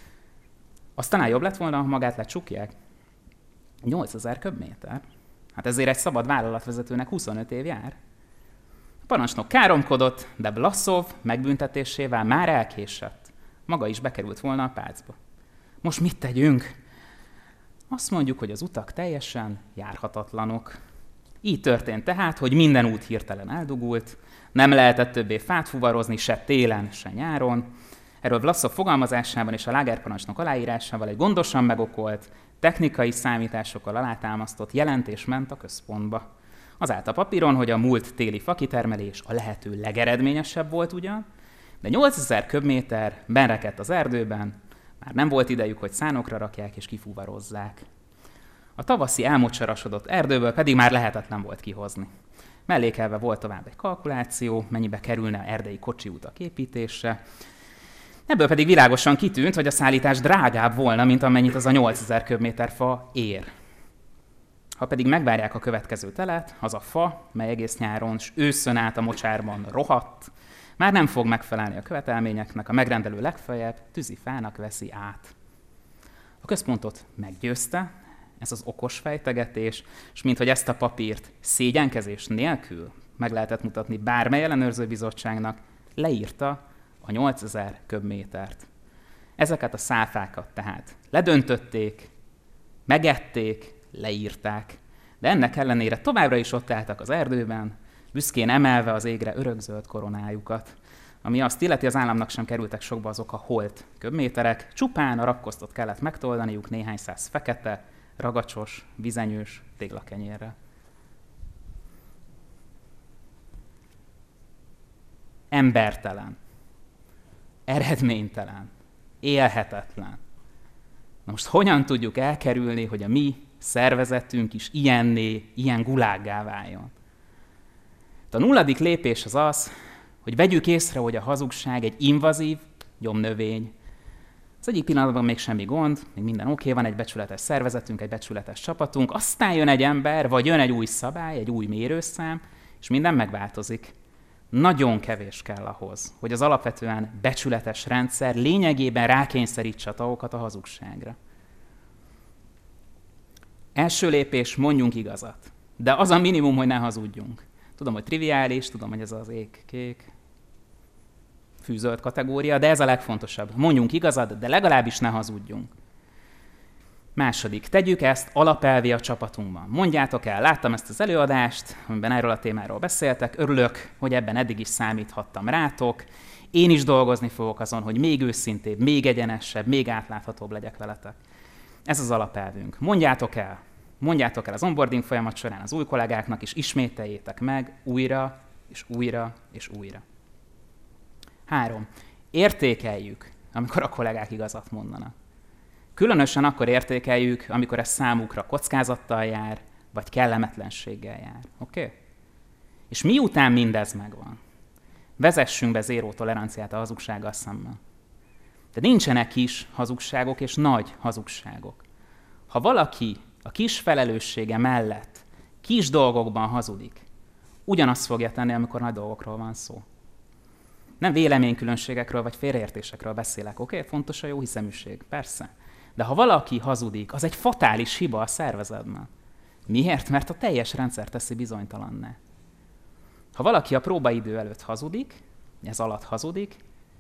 Aztán jobb lett volna, ha magát lecsukják. nyolcezer köbméter. Hát ezért egy szabad vállalatvezetőnek huszonöt év jár. A parancsnok káromkodott, de Vlaszov megbüntetésével már elkésett. Maga is bekerült volna a pácba. Most mit tegyünk? Azt mondjuk, hogy az utak teljesen járhatatlanok. Így történt tehát, hogy minden út hirtelen eldugult, nem lehetett többé fát fuvarozni se télen, se nyáron. Erről Vlaszov fogalmazásában és a lágerparancsnok aláírásával egy gondosan megokolt, technikai számításokkal alátámasztott jelentés ment a központba. Az állt a papíron, hogy a múlt téli fakitermelés a lehető legeredményesebb volt ugyan, de nyolcezer köbméter benrekedt az erdőben, már nem volt idejük, hogy szánokra rakják és kifúvarozzák. A tavaszi elmocsarasodott erdőből pedig már lehetetlen volt kihozni. Mellékelve volt tovább egy kalkuláció, mennyibe kerülne a erdei kocsiutak építése. Ebből pedig világosan kitűnt, hogy a szállítás drágább volna, mint amennyit az a nyolcezer köbméter fa ér. Ha pedig megvárják a következő telet, az a fa, mely egész nyáron s őszön át a mocsárban rohadt, már nem fog megfelelni a követelményeknek, a megrendelő legfeljebb tűzifának veszi át. A központot meggyőzte ez az okos fejtegetés, és minthogy ezt a papírt szégyenkezés nélkül meg lehetett mutatni bármely ellenőrző bizottságnak, leírta a nyolcezer köbmétert. Ezeket a száfákat tehát ledöntötték, megették, leírták, de ennek ellenére továbbra is ott álltak az erdőben, büszkén emelve az égre örökzöld koronájukat, ami azt illeti, az államnak sem kerültek sokba azok a holt köbméterek, csupán a rakkosztot kellett megtoldaniuk néhány száz fekete, ragacsos, vizenyős téglakenyérrel. Embertelen, eredménytelen, élhetetlen. Na most hogyan tudjuk elkerülni, hogy a mi szervezetünk is ilyenné, ilyen gulággá váljon? A nulladik lépés az az, hogy vegyük észre, hogy a hazugság egy invazív gyomnövény. Az egyik pillanatban még semmi gond, még minden oké, van egy becsületes szervezetünk, egy becsületes csapatunk, aztán jön egy ember, vagy jön egy új szabály, egy új mérőszám, és minden megváltozik. Nagyon kevés kell ahhoz, hogy az alapvetően becsületes rendszer lényegében rákényszerítse a tagokat a hazugságra. Első lépés, mondjunk igazat. De az a minimum, hogy ne hazudjunk. Tudom, hogy triviális, tudom, hogy ez az ég-kék, fűzöld kategória, de ez a legfontosabb. Mondjunk igazat, de legalábbis ne hazudjunk. Második, tegyük ezt alapelvé a csapatunkban. Mondjátok el, láttam ezt az előadást, amiben erről a témáról beszéltek, örülök, hogy ebben eddig is számíthattam rátok. Én is dolgozni fogok azon, hogy még őszintébb, még egyenesebb, még átláthatóbb legyek veletek. Ez az alapelvünk. Mondjátok el, mondjátok el az onboarding folyamat során az új kollégáknak, és ismételjétek meg újra, és újra, és újra. Három. Értékeljük, amikor a kollégák igazat mondanak. Különösen akkor értékeljük, amikor ez számukra kockázattal jár, vagy kellemetlenséggel jár. Oké? Okay? És miután mindez megvan, vezessünk be zéró toleranciát a hazugsággal szemben. De nincsenek kis hazugságok és nagy hazugságok. Ha valaki a kis felelőssége mellett kis dolgokban hazudik, ugyanazt fogja tenni, amikor nagy dolgokról van szó. Nem véleménykülönbségekről vagy félreértésekről beszélek, oké? Okay? Fontos a jó hiszeműség, persze. De ha valaki hazudik, az egy fatális hiba a szervezetben. Miért? Mert a teljes rendszer teszi bizonytalanná. Ha valaki a próbaidő előtt hazudik, ez alatt hazudik,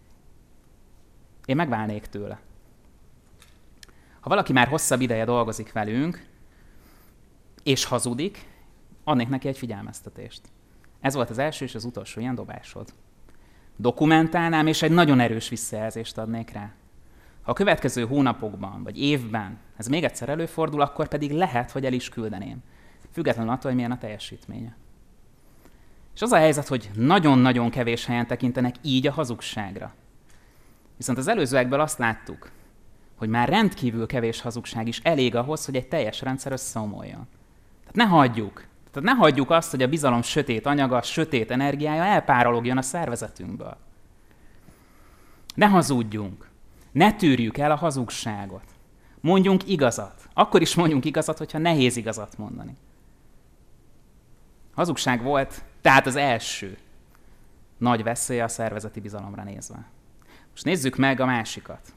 én megválnék tőle. Ha valaki már hosszabb ideje dolgozik velünk, és hazudik, adnék neki egy figyelmeztetést. Ez volt az első és az utolsó ilyen dobásod. Dokumentálnám, és egy nagyon erős visszajelzést adnék rá. Ha a következő hónapokban vagy évben ez még egyszer előfordul, akkor pedig lehet, hogy el is küldeném. Függetlenül attól, hogy milyen a teljesítménye. És az a helyzet, hogy nagyon-nagyon kevés helyen tekintenek így a hazugságra. Viszont az előzőekből azt láttuk, hogy már rendkívül kevés hazugság is elég ahhoz, hogy egy teljes rendszer összeomoljon. Tehát ne hagyjuk. Tehát ne hagyjuk azt, hogy a bizalom sötét anyaga, sötét energiája elpárologjon a szervezetünkből. Ne hazudjunk. Ne tűrjük el a hazugságot. Mondjunk igazat. Akkor is mondjunk igazat, hogyha nehéz igazat mondani. Hazugság volt tehát az első nagy veszély a szervezeti bizalomra nézve. Most nézzük meg a másikat.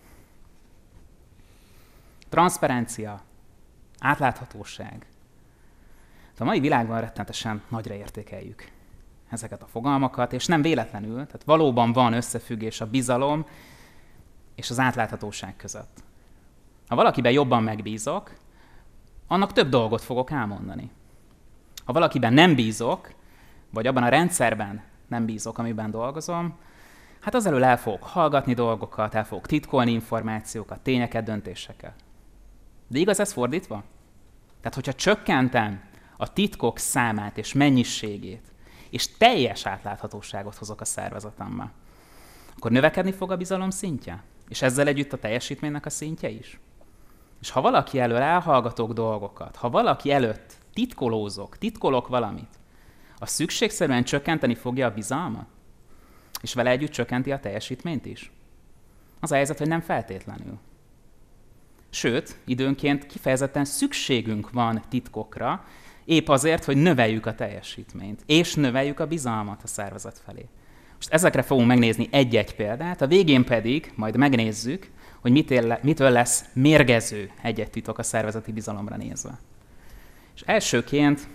Transzparencia, átláthatóság. A mai világban rettenetesen nagyra értékeljük ezeket a fogalmakat, és nem véletlenül, tehát valóban van összefüggés a bizalom és az átláthatóság között. Ha valakiben jobban megbízok, annak több dolgot fogok elmondani. Ha valakiben nem bízok, vagy abban a rendszerben nem bízok, amiben dolgozom, hát az elől el fogok hallgatni dolgokat, el fogok titkolni információkat, tényeket, döntéseket. De igaz ez fordítva? Tehát, hogyha csökkentem a titkok számát és mennyiségét, és teljes átláthatóságot hozok a szervezetembe, akkor növekedni fog a bizalom szintje, és ezzel együtt a teljesítménynek a szintje is. És ha valaki elől elhallgatok dolgokat, ha valaki előtt titkolózok, titkolok valamit, az szükségszerűen csökkenteni fogja a bizalmat, és vele együtt csökkenti a teljesítményt is. Az a helyzet, hogy nem feltétlenül. Sőt, időnként kifejezetten szükségünk van titkokra, épp azért, hogy növeljük a teljesítményt, és növeljük a bizalmat a szervezet felé. Most ezekre fogunk megnézni egy-egy példát, a végén pedig majd megnézzük, hogy mitől lesz mérgező egy-egy titok a szervezeti bizalomra nézve. És elsőként,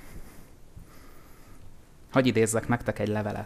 hadd idézzek nektek egy levelet.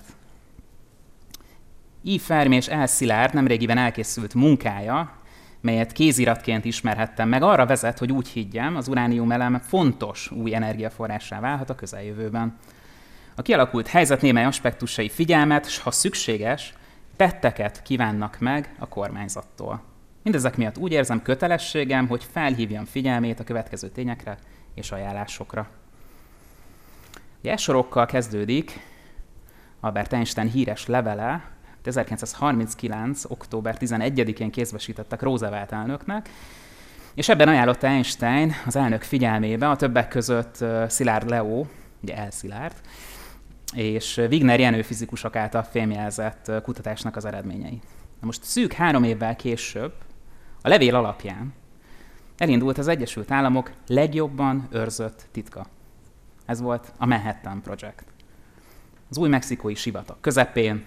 I. Fermi és L. Szilárd nemrégiben elkészült munkája, melyet kéziratként ismerhettem meg, arra vezet, hogy úgy higgyem, az uránium elem fontos új energiaforrássá válhat a közeljövőben. A kialakult helyzet némely aspektusai figyelmet, s ha szükséges, tetteket kívánnak meg a kormányzattól. Mindezek miatt úgy érzem kötelességem, hogy felhívjam figyelmét a következő tényekre és ajánlásokra. Ugye e sorokkal kezdődik Albert Einstein híres levele, ezerkilencszázharminckilenc. október tizenegyedikén kézbesítettek Roosevelt elnöknek, és ebben ajánlotta Einstein az elnök figyelmébe a többek között Szilárd Leo, ugye L. Szilárd, és Wigner Jenő fizikusok által fémjelzett kutatásnak az eredményeit. Na most szűk három évvel később, a levél alapján elindult az Egyesült Államok legjobban őrzött titka. Ez volt a Manhattan Project. Az új mexikói sivatag közepén,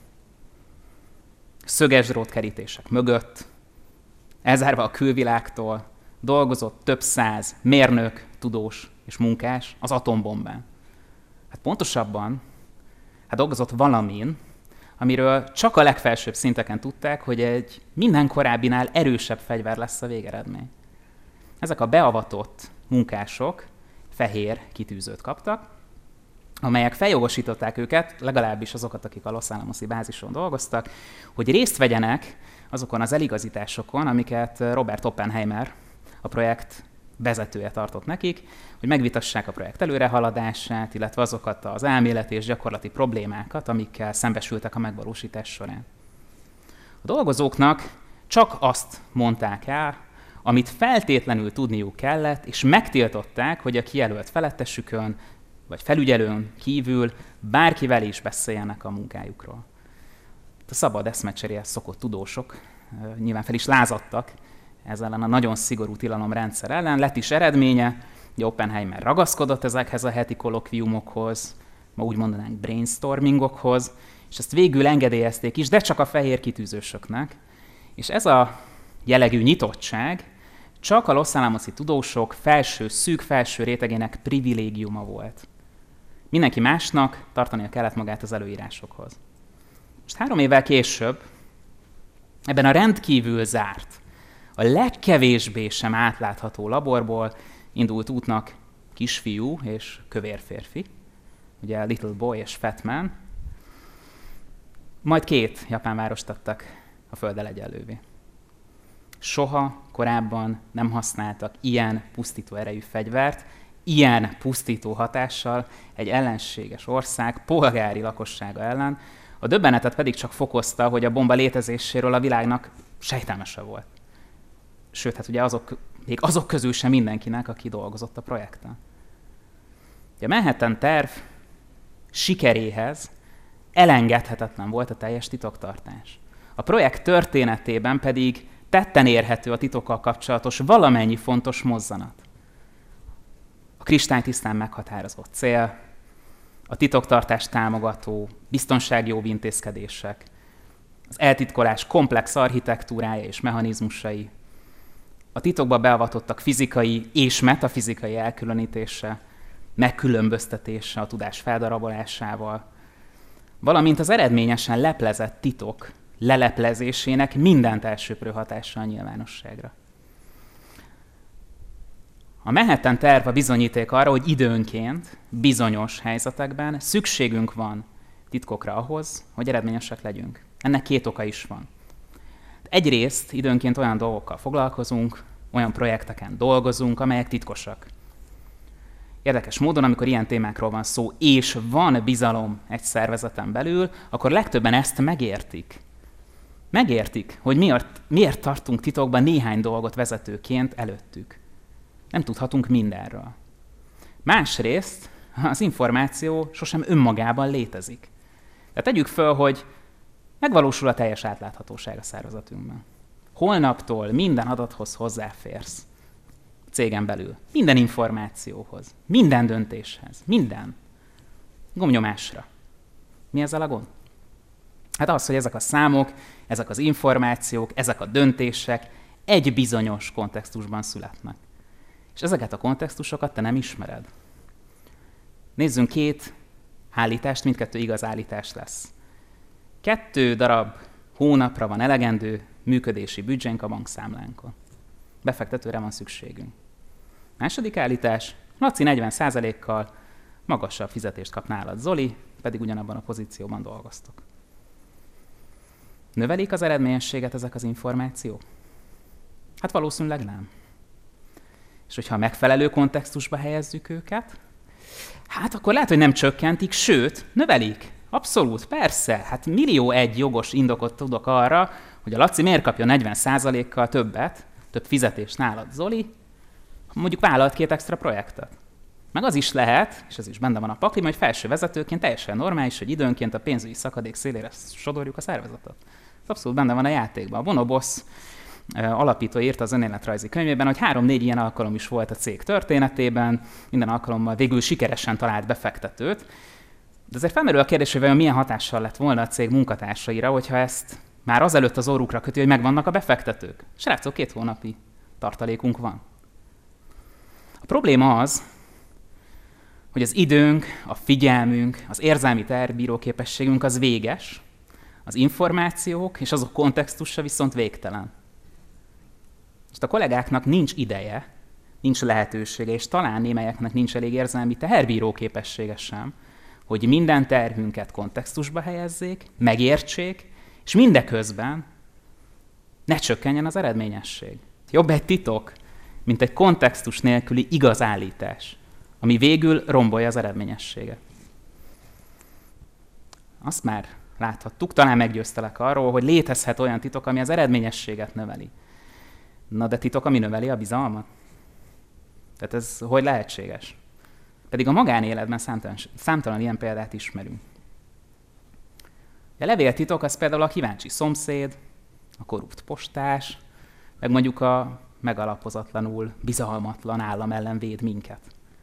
szöges drótkerítések mögött, elzárva a külvilágtól, dolgozott több száz mérnök, tudós és munkás az atombombán. Hát pontosabban, hát dolgozott valamin, amiről csak a legfelsőbb szinteken tudták, hogy egy minden korábbinál erősebb fegyver lesz a végeredmény. Ezek a beavatott munkások fehér kitűzőt kaptak, amelyek feljogosították őket, legalábbis azokat, akik a Los Alamos-i bázison dolgoztak, hogy részt vegyenek azokon az eligazításokon, amiket Robert Oppenheimer, a projekt vezetője tartott nekik, hogy megvitassák a projekt előrehaladását, illetve azokat az elméleti és gyakorlati problémákat, amikkel szembesültek a megvalósítás során. A dolgozóknak csak azt mondták el, amit feltétlenül tudniuk kellett, és megtiltották, hogy a kijelölt felettesükön vagy felügyelőn kívül bárkivel is beszéljenek a munkájukról. A szabad eszmecseréhez szokott tudósok nyilván fel is lázadtak ezzel a nagyon szigorú tilalomrendszer ellen. Lett is eredménye, hogy Oppenheimer ragaszkodott ezekhez a heti kollokviumokhoz, ma úgy mondanánk brainstormingokhoz, és ezt végül engedélyezték is, de csak a fehér kitűzősöknek. És ez a jellegű nyitottság csak a Los Alamos-i tudósok felső, szűk felső rétegének privilégiuma volt. Mindenki másnak tartania kellett magát az előírásokhoz. Most három évvel később ebben a rendkívül zárt, a legkevésbé sem átlátható laborból indult útnak kisfiú és kövér férfi, ugye Little Boy és Fat Man, majd két japán várost tettek a földdel egyenlővé. Soha korábban nem használtak ilyen pusztító erejű fegyvert, ilyen pusztító hatással egy ellenséges ország polgári lakossága ellen, a döbbenetet pedig csak fokozta, hogy a bomba létezéséről a világnak sejtelmese volt. Sőt, hát ugye azok, még azok közül sem mindenkinek, aki dolgozott a projekten. A Manhattan terv sikeréhez elengedhetetlen volt a teljes titoktartás. A projekt történetében pedig tetten érhető a titokkal kapcsolatos valamennyi fontos mozzanat. A kristálytisztán meghatározott cél, a titoktartást támogató biztonsági óvintézkedések, az eltitkolás komplex architektúrája és mechanizmusai, a titokba beavatottak fizikai és metafizikai elkülönítése, megkülönböztetése a tudás feldarabolásával, valamint az eredményesen leplezett titok leleplezésének mindent elsöprő hatása a nyilvánosságra. A Manhattan terv a bizonyíték arra, hogy időnként, bizonyos helyzetekben szükségünk van titkokra ahhoz, hogy eredményesek legyünk. Ennek két oka is van. Egyrészt időnként olyan dolgokkal foglalkozunk, olyan projekteken dolgozunk, amelyek titkosak. Érdekes módon, amikor ilyen témákról van szó, és van bizalom egy szervezeten belül, akkor legtöbben ezt megértik. Megértik, hogy miért, miért tartunk titokban néhány dolgot vezetőként előttük. Nem tudhatunk mindenről. Másrészt az információ sosem önmagában létezik. Tehát tegyük föl, hogy megvalósul a teljes átláthatóság a szervezetünkben. Holnaptól minden adathoz hozzáférsz. Cégen belül. Minden információhoz. Minden döntéshez. Minden. Gomnyomásra. Mi ezzel a gond? Hát az, hogy ezek a számok, ezek az információk, ezek a döntések egy bizonyos kontextusban születnek. És ezeket a kontextusokat te nem ismered. Nézzünk két állítást, mindkettő igaz állítás lesz. Kettő darab hónapra van elegendő működési büdzsénk a bankszámlánkon. Befektetőre van szükségünk. Második állítás, Laci negyven százalékkal magasabb fizetést kap nálad, Zoli pedig ugyanabban a pozícióban dolgoztok. Növelik az eredményességet ezek az információk? Hát valószínűleg nem. És hogyha a megfelelő kontextusba helyezzük őket, hát akkor lehet, hogy nem csökkentik, sőt, növelik. Abszolút, persze. Hát millió egy jogos indokot tudok arra, hogy a Laci miért kapja negyven százalékkal többet, több fizetést nálad, Zoli, mondjuk vállalt két extra projektet. Meg az is lehet, és ez is benne van a pakliban, hogy felső vezetőként teljesen normális, hogy időnként a pénzügyi szakadék szélére sodorjuk a szervezetet. Ez abszolút benne van a játékban. A Bonobosz alapító írta az önéletrajzi könyvében, hogy három-négy ilyen alkalom is volt a cég történetében, minden alkalommal végül sikeresen talált befektetőt. De azért felmerül a kérdés, hogy vajon milyen hatással lett volna a cég munkatársaira, hogyha ezt már azelőtt az orrukra köti, hogy megvannak a befektetők. Srácok, két hónapi tartalékunk van. A probléma az, hogy az időnk, a figyelmünk, az érzelmi terbíró képességünk az véges, az információk és azok kontextusa viszont végtelen. És a kollégáknak nincs ideje, nincs lehetősége, és talán némelyeknek nincs elég érzelmi teherbíró képessége sem, hogy minden terhünket kontextusba helyezzék, megértsék, és mindeközben ne csökkenjen az eredményesség. Jobb egy titok, mint egy kontextus nélküli igaz állítás, ami végül rombolja az eredményességet. Azt már láthattuk, talán meggyőztelek arról, hogy létezhet olyan titok, ami az eredményességet növeli. Na de titok, ami növeli a bizalmat? Tehát ez hogy lehetséges? Pedig a magánéletben számtalan, számtalan ilyen példát ismerünk. A levéltitok az például a kíváncsi szomszéd, a korrupt postás, meg mondjuk a megalapozatlanul bizalmatlan állam ellen véd minket.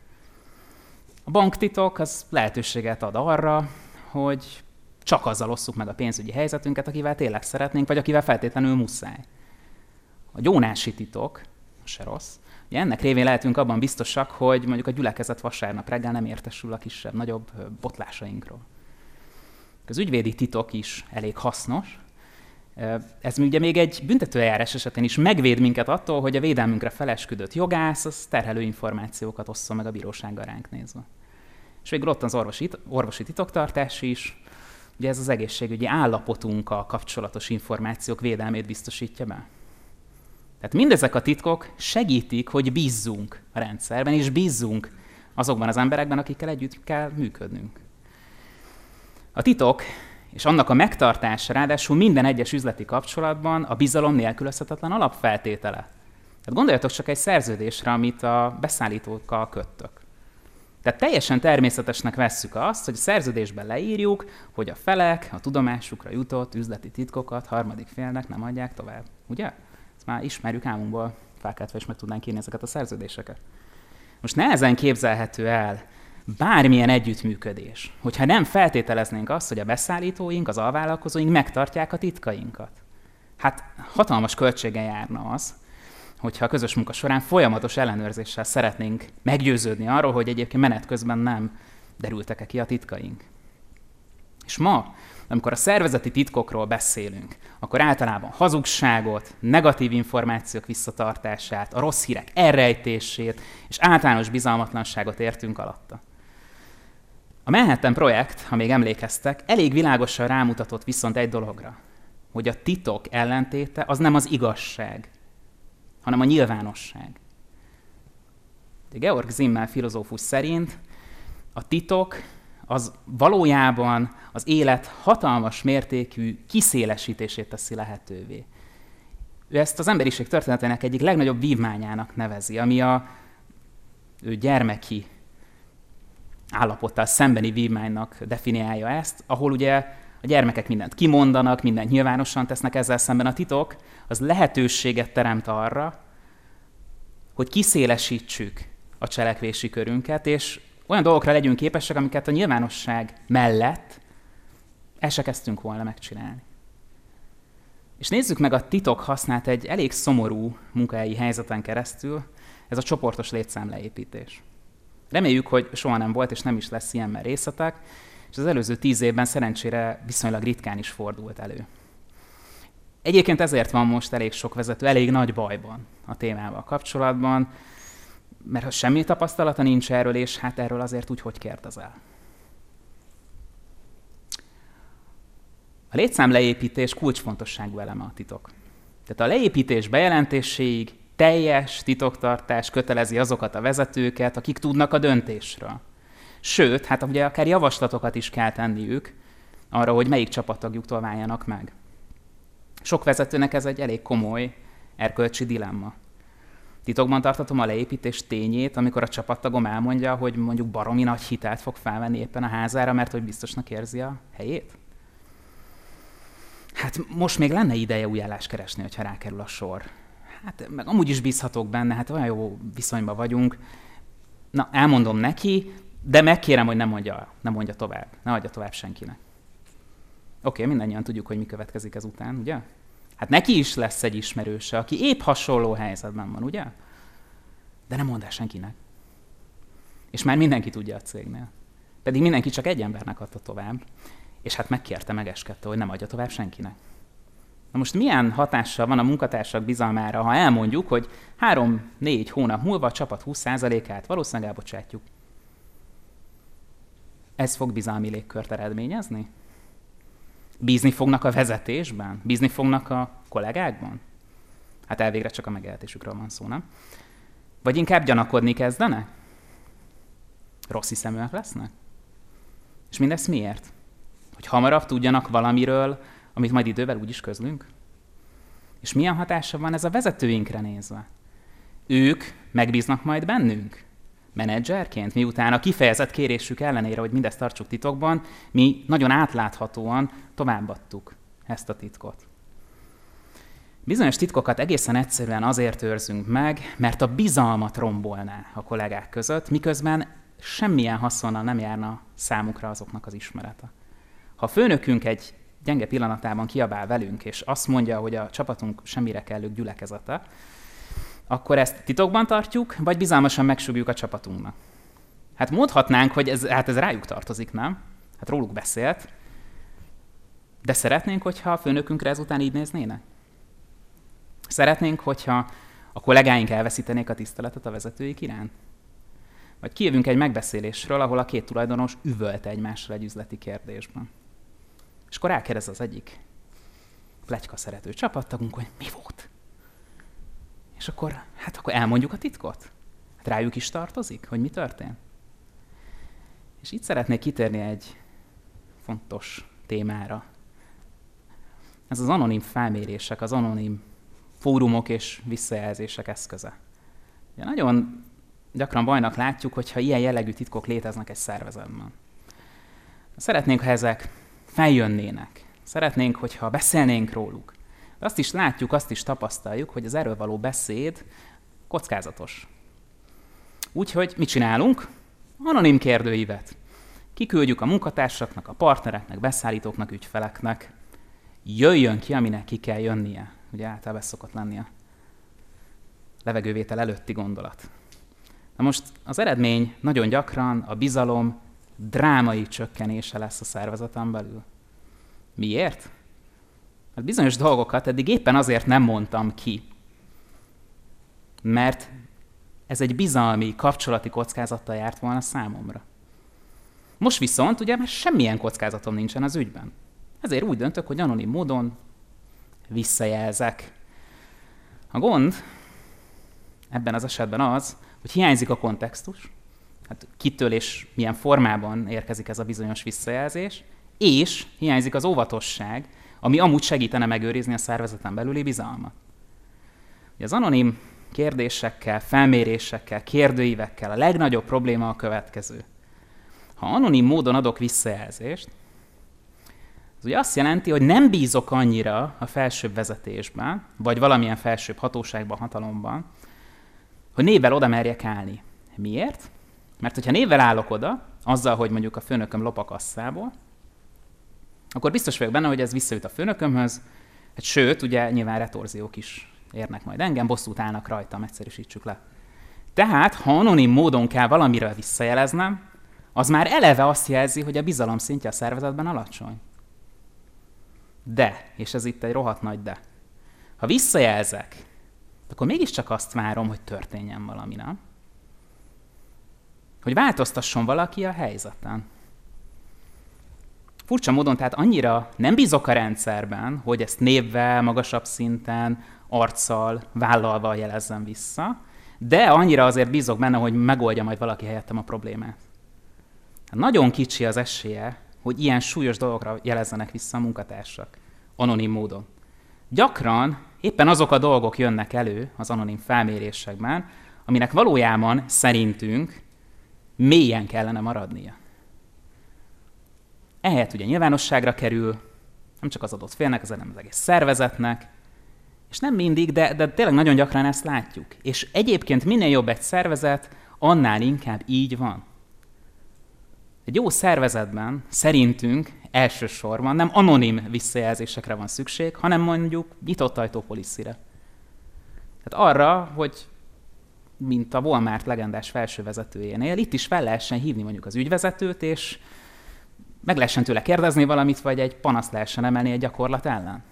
A banktitok az lehetőséget ad arra, hogy csak azzal osszuk meg a pénzügyi helyzetünket, akivel tényleg szeretnénk, vagy akivel feltétlenül muszáj. A gyónási titok, se rossz, ugye ennek révén lehetünk abban biztosak, hogy mondjuk a gyülekezet vasárnap reggel nem értesül a kisebb, nagyobb botlásainkról. Az ügyvédi titok is elég hasznos. Ez ugye még egy büntetőeljárás esetén is megvéd minket attól, hogy a védelmünkre felesküdött jogász az terhelő információkat osszon meg a bírósággal ránk nézve. És végül ott az orvosi, orvosi titoktartás is, ugye ez az egészségügyi állapotunkkal kapcsolatos információk védelmét biztosítja be. Tehát mindezek a titkok segítik, hogy bízzunk a rendszerben, és bízzunk azokban az emberekben, akikkel együtt kell működnünk. A titok és annak a megtartása ráadásul minden egyes üzleti kapcsolatban a bizalom nélkülözhetetlen alapfeltétele. Tehát gondoljatok csak egy szerződésre, amit a beszállítókkal köttök. Tehát teljesen természetesnek vesszük azt, hogy a szerződésben leírjuk, hogy a felek a tudomásukra jutott üzleti titkokat harmadik félnek nem adják tovább. Ugye? Ezt már ismerjük álmunkból, felkeltve is meg tudnánk írni ezeket a szerződéseket. Most nehezen képzelhető el bármilyen együttműködés, hogyha nem feltételeznénk azt, hogy a beszállítóink, az alvállalkozóink megtartják a titkainkat. Hát hatalmas költséggel járna az, hogyha a közös munka során folyamatos ellenőrzéssel szeretnénk meggyőződni arról, hogy egyébként menet közben nem derültek-e ki a titkaink. És ma, amikor a szervezeti titkokról beszélünk, akkor általában hazugságot, negatív információk visszatartását, a rossz hírek elrejtését és általános bizalmatlanságot értünk alatta. A Manhattan projekt, ha még emlékeztek, elég világosan rámutatott viszont egy dologra, hogy a titok ellentéte az nem az igazság, hanem a nyilvánosság. De Georg Simmel filozófus szerint a titok az valójában az élet hatalmas mértékű kiszélesítését teszi lehetővé. Ő ezt az emberiség történetének egyik legnagyobb vívmányának nevezi, ami a ő gyermeki állapottal szembeni vívmánynak definiálja ezt, ahol ugye A gyermekek mindent kimondanak, mindent nyilvánosan tesznek, ezzel szemben a titok az lehetőséget teremt arra, hogy kiszélesítsük a cselekvési körünket, és olyan dolgokra legyünk képesek, amiket a nyilvánosság mellett el se kezdtünk volna megcsinálni. És nézzük meg a titok hasznát egy elég szomorú munkahelyi helyzeten keresztül, ez a csoportos létszámleépítés. Reméljük, hogy soha nem volt, és nem is lesz ilyen merészetek, és az előző tíz évben szerencsére viszonylag ritkán is fordult elő. Egyébként ezért van most elég sok vezető, elég nagy bajban a témával kapcsolatban, mert ha semmi tapasztalata nincs erről, és hát erről azért úgy hogy kérdezel. A létszámleépítés kulcsfontosságú eleme a titok. Tehát a leépítés bejelentéséig teljes titoktartás kötelezi azokat a vezetőket, akik tudnak a döntésről. Sőt, hát ugye akár javaslatokat is kell tenniük arra, hogy melyik csapattagjuktól váljanak meg. Sok vezetőnek ez egy elég komoly erkölcsi dilemma. Titokban tartatom a leépítés tényét, amikor a csapattagom elmondja, hogy mondjuk baromi nagy hitelt fog felvenni éppen a házára, mert hogy biztosnak érzi a helyét? Hát most még lenne ideje új állást keresni, hogyha rákerül a sor. Hát meg amúgy is bízhatok benne, hát olyan jó viszonyban vagyunk. Na, elmondom neki, de megkérem, hogy ne mondja, ne mondja tovább, ne adja tovább senkinek. Oké, mindannyian tudjuk, hogy mi következik ezután, ugye? Hát neki is lesz egy ismerőse, aki épp hasonló helyzetben van, ugye? De nem mondd el senkinek. És már mindenki tudja a cégnél. Pedig mindenki csak egy embernek adta tovább, és hát megkérte, megeskedte, hogy nem adja tovább senkinek. Na most milyen hatással van a munkatársak bizalmára, ha elmondjuk, hogy három-négy hónap múlva a csapat húsz százalékát valószínűleg elbocsátjuk? Ez fog bizalmi légkört eredményezni? Bízni fognak a vezetésben? Bízni fognak a kollégákban? Hát elvégre csak a megélhetésükről van szó, nem? Vagy inkább gyanakodni kezdenek? Rossz hiszeműek lesznek? És mindezt miért? Hogy hamarabb tudjanak valamiről, amit majd idővel úgyis közlünk? És milyen hatása van ez a vezetőinkre nézve? Ők megbíznak majd bennünk? Menedzserként, miután a kifejezett kérésük ellenére, hogy mindezt tartsuk titokban, mi nagyon átláthatóan továbbadtuk ezt a titkot. Bizonyos titkokat egészen egyszerűen azért őrzünk meg, mert a bizalmat rombolná a kollégák között, miközben semmilyen haszonnal nem járna számukra azoknak az ismerete. Ha a főnökünk egy gyenge pillanatában kiabál velünk, és azt mondja, hogy a csapatunk semmire kellő gyülekezete, akkor ezt titokban tartjuk, vagy bizalmasan megsúgjuk a csapatunknak. Hát mondhatnánk, hogy ez, hát ez rájuk tartozik, nem? Hát róluk beszélt. De szeretnénk, hogyha a főnökünkre ezután így néznének? Szeretnénk, hogyha a kollégáink elveszítenék a tiszteletet a vezetőik iránt? Vagy kijövünk egy megbeszélésről, ahol a két tulajdonos üvölt egymásra egy üzleti kérdésben. És akkor rákérdez az egyik pletyka szerető csapattagunk, hogy mi volt? És akkor, hát akkor elmondjuk a titkot? Hát rájuk is tartozik, hogy mi történt? És itt szeretnék kitérni egy fontos témára. Ez az anonim felmérések, az anonim fórumok és visszajelzések eszköze. Ugye nagyon gyakran bajnak látjuk, hogyha ilyen jellegű titkok léteznek egy szervezetben. Szeretnénk, ha ezek feljönnének. Szeretnénk, hogyha beszélnénk róluk. De azt is látjuk, azt is tapasztaljuk, hogy az erről való beszéd kockázatos. Úgyhogy mit csinálunk? Anonim kérdőívet. Kiküldjük a munkatársaknak, a partnereknek, beszállítóknak, ügyfeleknek. Jöjjön ki, aminek ki kell jönnie. Ugye általában ez szokott lenni a levegővétel előtti gondolat. Na most az eredmény nagyon gyakran a bizalom drámai csökkenése lesz a szervezeten belül. Miért? Hát bizonyos dolgokat eddig éppen azért nem mondtam ki, mert ez egy bizalmi, kapcsolati kockázattal járt volna számomra. Most viszont ugye már semmilyen kockázatom nincsen az ügyben. Ezért úgy döntök, hogy anonim módon visszajelzek. A gond ebben az esetben az, hogy hiányzik a kontextus, hát kitől és milyen formában érkezik ez a bizonyos visszajelzés, és hiányzik az óvatosság, ami amúgy segítene megőrizni a szervezeten belüli bizalmat. Ugye az anonim kérdésekkel, felmérésekkel, kérdőívekkel a legnagyobb probléma a következő. Ha anonim módon adok visszajelzést, Ez ugye azt jelenti, hogy nem bízok annyira a felsőbb vezetésben, vagy valamilyen felsőbb hatóságban, hatalomban, hogy névvel oda merjek állni. Miért? Mert hogyha névvel állok oda, azzal, hogy mondjuk a főnököm lop a kasszából, akkor biztos vagyok benne, hogy ez visszajut a főnökömhöz, hát sőt, ugye nyilván retorziók is érnek majd engem, bosszút állnak rajtam, egyszerűsítsük le. Tehát, ha anonim módon kell valamiről visszajeleznem, az már eleve azt jelzi, hogy a bizalom szintje a szervezetben alacsony. De, és ez itt egy rohadt nagy de, ha visszajelzek, akkor mégiscsak azt várom, hogy történjen valami, nem? Hogy változtasson valaki a helyzeten. Furcsa módon, tehát annyira nem bízok a rendszerben, hogy ezt névvel, magasabb szinten, arccal, vállalva jelezzem vissza, de annyira azért bízok benne, hogy megoldja majd valaki helyettem a problémát. Nagyon kicsi az esélye, hogy ilyen súlyos dolgokra jelezzenek vissza a munkatársak, anonim módon. Gyakran éppen azok a dolgok jönnek elő az anonim felmérésekben, aminek valójában szerintünk mélyen kellene maradnia. Ehelyett ugye nyilvánosságra kerül, nem csak az adott félnek, hanem az egész szervezetnek, és nem mindig, de, de tényleg nagyon gyakran ezt látjuk. És egyébként minél jobb egy szervezet, annál inkább így van. Egy jó szervezetben szerintünk elsősorban nem anonim visszajelzésekre van szükség, hanem mondjuk nyitott ajtó policyre. Tehát arra, hogy mint a Walmart legendás felsővezetőjénél, itt is fel lehessen hívni mondjuk az ügyvezetőt, és meg lehessen tőle kérdezni valamit, vagy egy panaszt lehessen emelni egy gyakorlat ellen.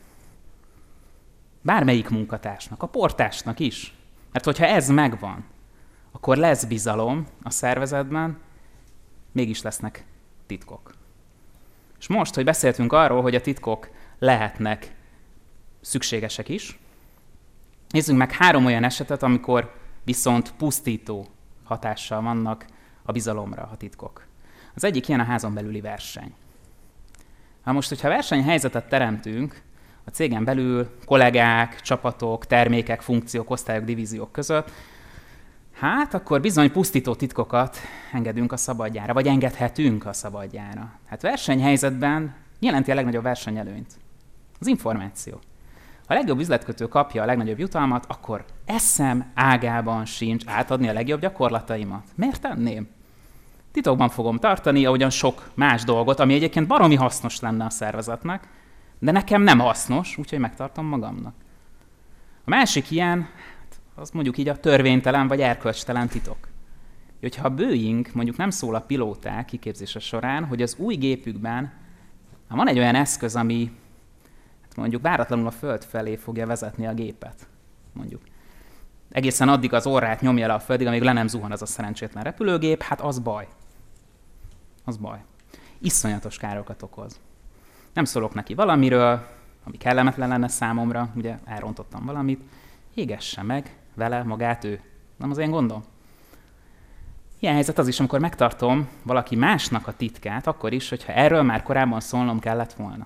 Bármelyik munkatársnak, a portásnak is. Mert hogyha ez megvan, akkor lesz bizalom a szervezetben, mégis lesznek titkok. És most, hogy beszéltünk arról, hogy a titkok lehetnek szükségesek is, nézzünk meg három olyan esetet, amikor viszont pusztító hatással vannak a bizalomra a titkok. Az egyik ilyen a házon belüli verseny. Ha most, hogyha versenyhelyzetet teremtünk a cégen belül kollégák, csapatok, termékek, funkciók, osztályok, divíziók között, hát akkor bizony pusztító titkokat engedünk a szabadjára, vagy engedhetünk a szabadjára. Hát versenyhelyzetben jelenti a legnagyobb versenyelőnyt. Az információ. Ha a legjobb üzletkötő kapja a legnagyobb jutalmat, akkor eszem ágában sincs átadni a legjobb gyakorlataimat. Miért tenném? Titokban fogom tartani, ahogyan sok más dolgot, ami egyébként baromi hasznos lenne a szervezetnek, de nekem nem hasznos, úgyhogy megtartom magamnak. A másik ilyen, az mondjuk így a törvénytelen vagy erkölcstelen titok. Hogyha a Boeing mondjuk nem szól a pilóták kiképzése során, hogy az új gépükben van egy olyan eszköz, ami hát mondjuk váratlanul a föld felé fogja vezetni a gépet. Mondjuk. Egészen addig az orrát nyomja le a földig, amíg le nem zuhan az a szerencsétlen repülőgép, hát az baj. Az baj. Iszonyatos károkat okoz. Nem szólok neki valamiről, ami kellemetlen lenne számomra, ugye elrontottam valamit, égesse meg vele magát ő. Nem az én gondom? Ilyen helyzet az is, amikor megtartom valaki másnak a titkát, akkor is, hogyha erről már korábban szólnom kellett volna.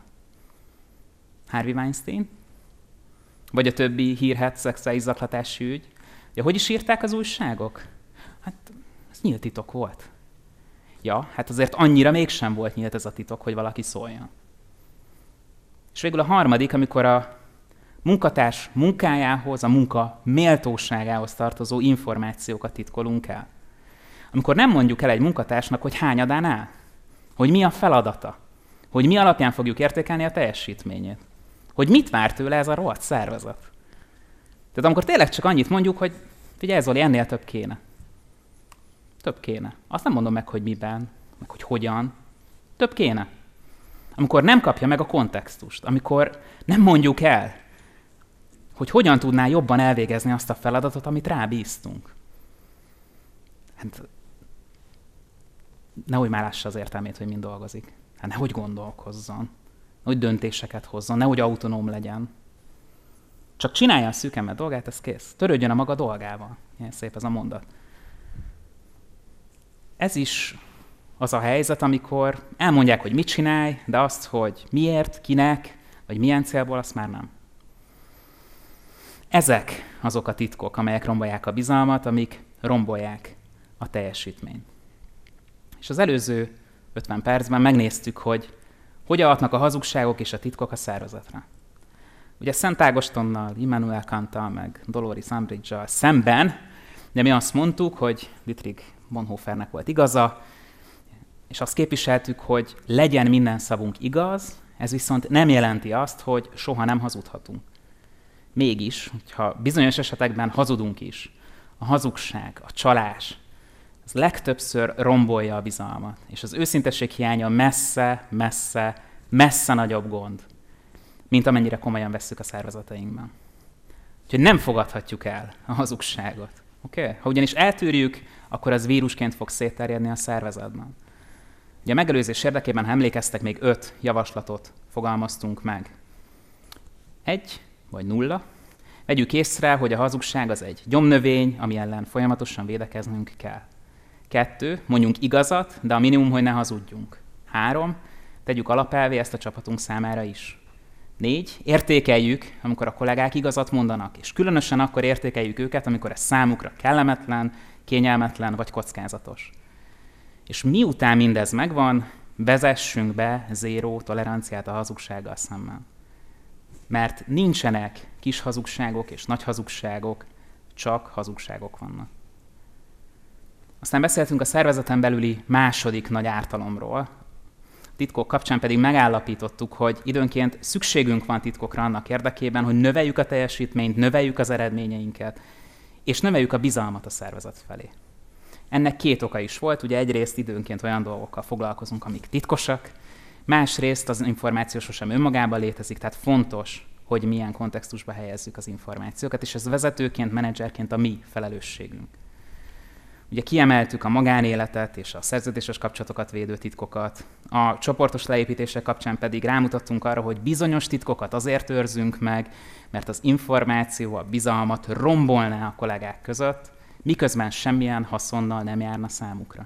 Harvey Weinstein? Vagy a többi hírhedt szexuális zaklatási ügy? Ja, hogy is írták az újságok? Hát, ez nyílt titok volt. Ja, hát azért annyira mégsem volt nyílt ez a titok, hogy valaki szóljon. És végül a harmadik, amikor a munkatárs munkájához, a munka méltóságához tartozó információkat titkolunk el. Amikor nem mondjuk el egy munkatársnak, hogy hányadán áll, hogy mi a feladata, hogy mi alapján fogjuk értékelni a teljesítményét, hogy mit vár tőle ez a rohadt szervezet. Tehát amikor tényleg csak annyit mondjuk, hogy figyelj Zoli, ennél több kéne. Több kéne. Azt nem mondom meg, hogy miben, meg hogy hogyan. Több kéne. Amikor nem kapja meg a kontextust, amikor nem mondjuk el, hogy hogyan tudná jobban elvégezni azt a feladatot, amit rábíztunk. Hát, nehogy már lássa az értelmét, hogy mind dolgozik. Hát nehogy gondolkozzon, nehogy döntéseket hozzon, nehogy autonóm legyen. Csak csinálja a szűkember dolgát, ez kész. Törődjön a maga dolgával. Ilyen szép ez a mondat. Ez is az a helyzet, amikor elmondják, hogy mit csinálj, de azt, hogy miért, kinek, vagy milyen célból, azt már nem. Ezek azok a titkok, amelyek rombolják a bizalmat, amik rombolják a teljesítményt. És az előző ötven percben megnéztük, hogy Hogyan hatnak a hazugságok és a titkok a szervezetre? Ugye Szent Ágostonnal, Immanuel Kanttal, meg Dolores Umbridge-al szemben, de mi azt mondtuk, hogy Dietrich Bonhoeffernek volt igaza, és azt képviseltük, hogy legyen minden szavunk igaz, ez viszont nem jelenti azt, hogy soha nem hazudhatunk. Mégis, hogyha bizonyos esetekben hazudunk is, a hazugság, a csalás, az legtöbbször rombolja a bizalmat, és az őszintesség hiánya messze, messze, messze nagyobb gond, mint amennyire komolyan vesszük a szervezeteinkben. Úgyhogy nem fogadhatjuk el a hazugságot. Okay? Ha ugyanis eltűrjük, akkor az vírusként fog szétterjedni a szervezetben. Ugye a megelőzés érdekében, ha emlékeztek, még öt javaslatot fogalmaztunk meg. Egy vagy nulla. Vegyük észre, hogy a hazugság az egy gyomnövény, ami ellen folyamatosan védekeznünk kell. Kettő, mondjunk igazat, de a minimum, hogy ne hazudjunk. Három, tegyük alapelvé ezt a csapatunk számára is. Négy, értékeljük, amikor a kollégák igazat mondanak, és különösen akkor értékeljük őket, amikor ez számukra kellemetlen, kényelmetlen vagy kockázatos. És miután mindez megvan, vezessünk be zéró toleranciát a hazugsággal szemben. Mert nincsenek kis hazugságok és nagy hazugságok, csak hazugságok vannak. Aztán beszéltünk a szervezeten belüli második nagy ártalomról. Titkok kapcsán pedig megállapítottuk, hogy időnként szükségünk van titkokra annak érdekében, hogy növeljük a teljesítményt, növeljük az eredményeinket, és növeljük a bizalmat a szervezet felé. Ennek két oka is volt, ugye egyrészt időnként olyan dolgokkal foglalkozunk, amik titkosak, másrészt az információ sosem önmagában létezik, tehát fontos, hogy milyen kontextusba helyezzük az információkat, és ez vezetőként, menedzserként a mi felelősségünk. Ugye kiemeltük a magánéletet és a szerződéses kapcsolatokat védő titkokat, a csoportos leépítések kapcsán pedig rámutattunk arra, hogy bizonyos titkokat azért őrzünk meg, mert az információ, a bizalmat rombolná a kollégák között, miközben semmilyen haszonnal nem járna számukra.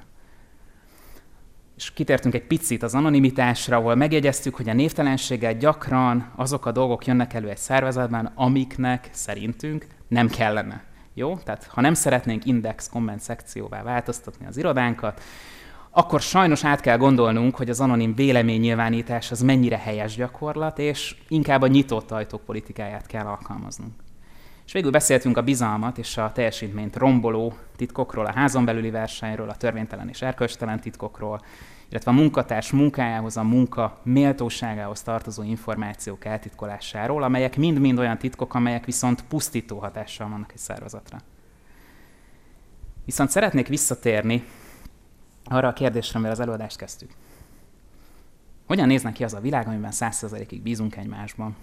És kitértünk egy picit az anonimitásra, ahol megjegyeztük, hogy a névtelenséggel gyakran azok a dolgok jönnek elő egy szervezetben, amiknek szerintünk nem kellene. Jó? Tehát ha nem szeretnénk index komment szekcióvá változtatni az irodánkat, akkor sajnos át kell gondolnunk, hogy az anonim véleménynyilvánítás az mennyire helyes gyakorlat, és inkább a nyitott ajtók politikáját kell alkalmaznunk. És végül beszéltünk a bizalmat és a teljesítményt romboló titkokról, a házon belüli versenyről, a törvénytelen és erkölcstelen titkokról, illetve a munkatárs munkájához, a munka méltóságához tartozó információk eltitkolásáról, amelyek mind-mind olyan titkok, amelyek viszont pusztító hatással vannak egy szervezetre. Viszont szeretnék visszatérni arra a kérdésre, amivel az előadást kezdtük. Hogyan néznek ki az a világ, amiben száz százalékig bízunk egymásban?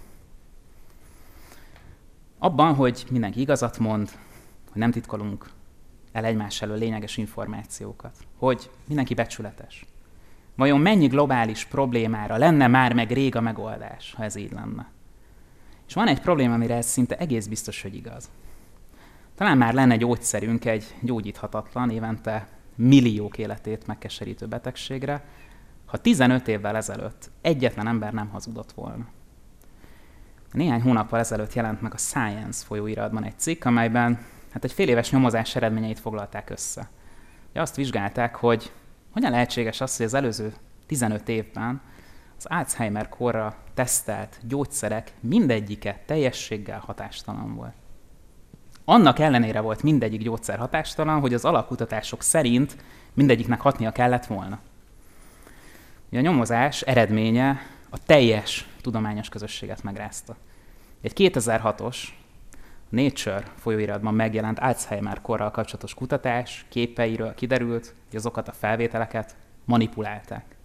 Abban, hogy mindenki igazat mond, hogy nem titkolunk el egymás elől lényeges információkat, hogy mindenki becsületes. Vajon mennyi globális problémára lenne már meg rég a megoldás, ha ez így lenne? És van egy probléma, amire ez szinte egész biztos, hogy igaz. Talán már lenne gyógyszerünk egy gyógyíthatatlan, évente milliók életét megkeserítő betegségre, ha tizenöt évvel ezelőtt egyetlen ember nem hazudott volna. Néhány hónappal ezelőtt jelent meg a Science folyóiratban egy cikk, amelyben hát egy fél éves nyomozás eredményeit foglalták össze. De azt vizsgálták, hogy hogyan lehetséges az, hogy az előző tizenöt évben az Alzheimer-korra tesztelt gyógyszerek mindegyike teljességgel hatástalan volt. Annak ellenére volt mindegyik gyógyszer hatástalan, hogy az alapkutatások szerint mindegyiknek hatnia kellett volna. A nyomozás eredménye a teljes tudományos közösséget megrázta. Egy kétezer-hatos Nature folyóiratban megjelent Alzheimer-korral kapcsolatos kutatás képeiről kiderült, hogy azokat a felvételeket manipulálták.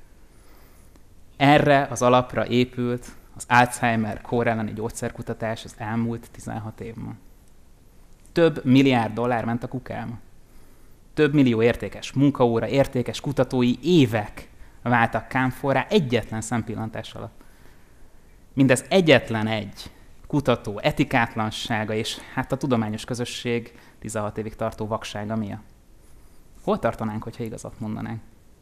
Erre az alapra épült az Alzheimer-kór elleni gyógyszerkutatás az elmúlt tizenhat évben. Több milliárd dollár ment a kukába. Több millió értékes munkaóra, értékes kutatói évek váltak kámforrá egyetlen szempillantás alatt. Mindez egyetlen egy kutató etikátlansága és hát a tudományos közösség tizenhat évig tartó vaksága miatt. Hol tartanánk, hogyha igazat mondanánk?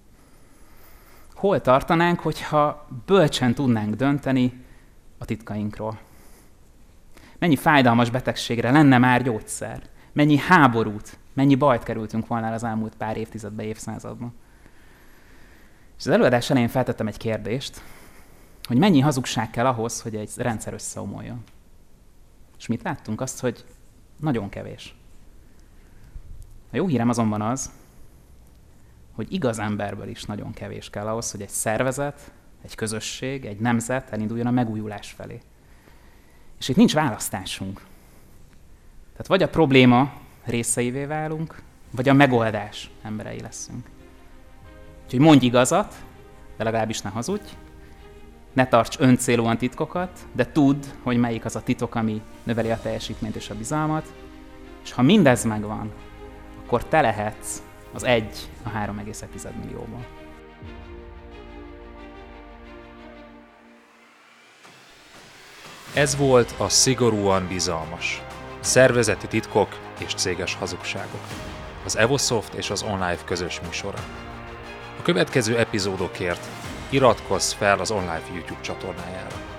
Hol tartanánk, hogyha bölcsen tudnánk dönteni a titkainkról? Mennyi fájdalmas betegségre lenne már gyógyszer? Mennyi háborút, mennyi bajt kerültünk volna el az elmúlt pár évtizedben, évszázadban? És az előadás elején feltettem egy kérdést, hogy mennyi hazugság kell ahhoz, hogy egy rendszer összeomoljon. És mit láttunk? Azt, hogy nagyon kevés. A jó hírem azonban az, hogy igaz emberből is nagyon kevés kell ahhoz, hogy egy szervezet, egy közösség, egy nemzet elinduljon a megújulás felé. És itt nincs választásunk. Tehát vagy a probléma részeivé válunk, vagy a megoldás emberei leszünk. Úgyhogy mondj igazat, de legalábbis ne hazudj, ne tarts öncélúan titkokat, de tudd, hogy melyik az a titok, ami növeli a teljesítményt és a bizalmat, és ha mindez megvan, akkor te lehetsz az egy a három egész egy millióból. Ez volt a Szigorúan Bizalmas. Szervezeti titkok és céges hazugságok. Az Evosoft és az OnLive közös műsora. A következő epizódokért iratkozz fel az OnLive YouTube csatornájára.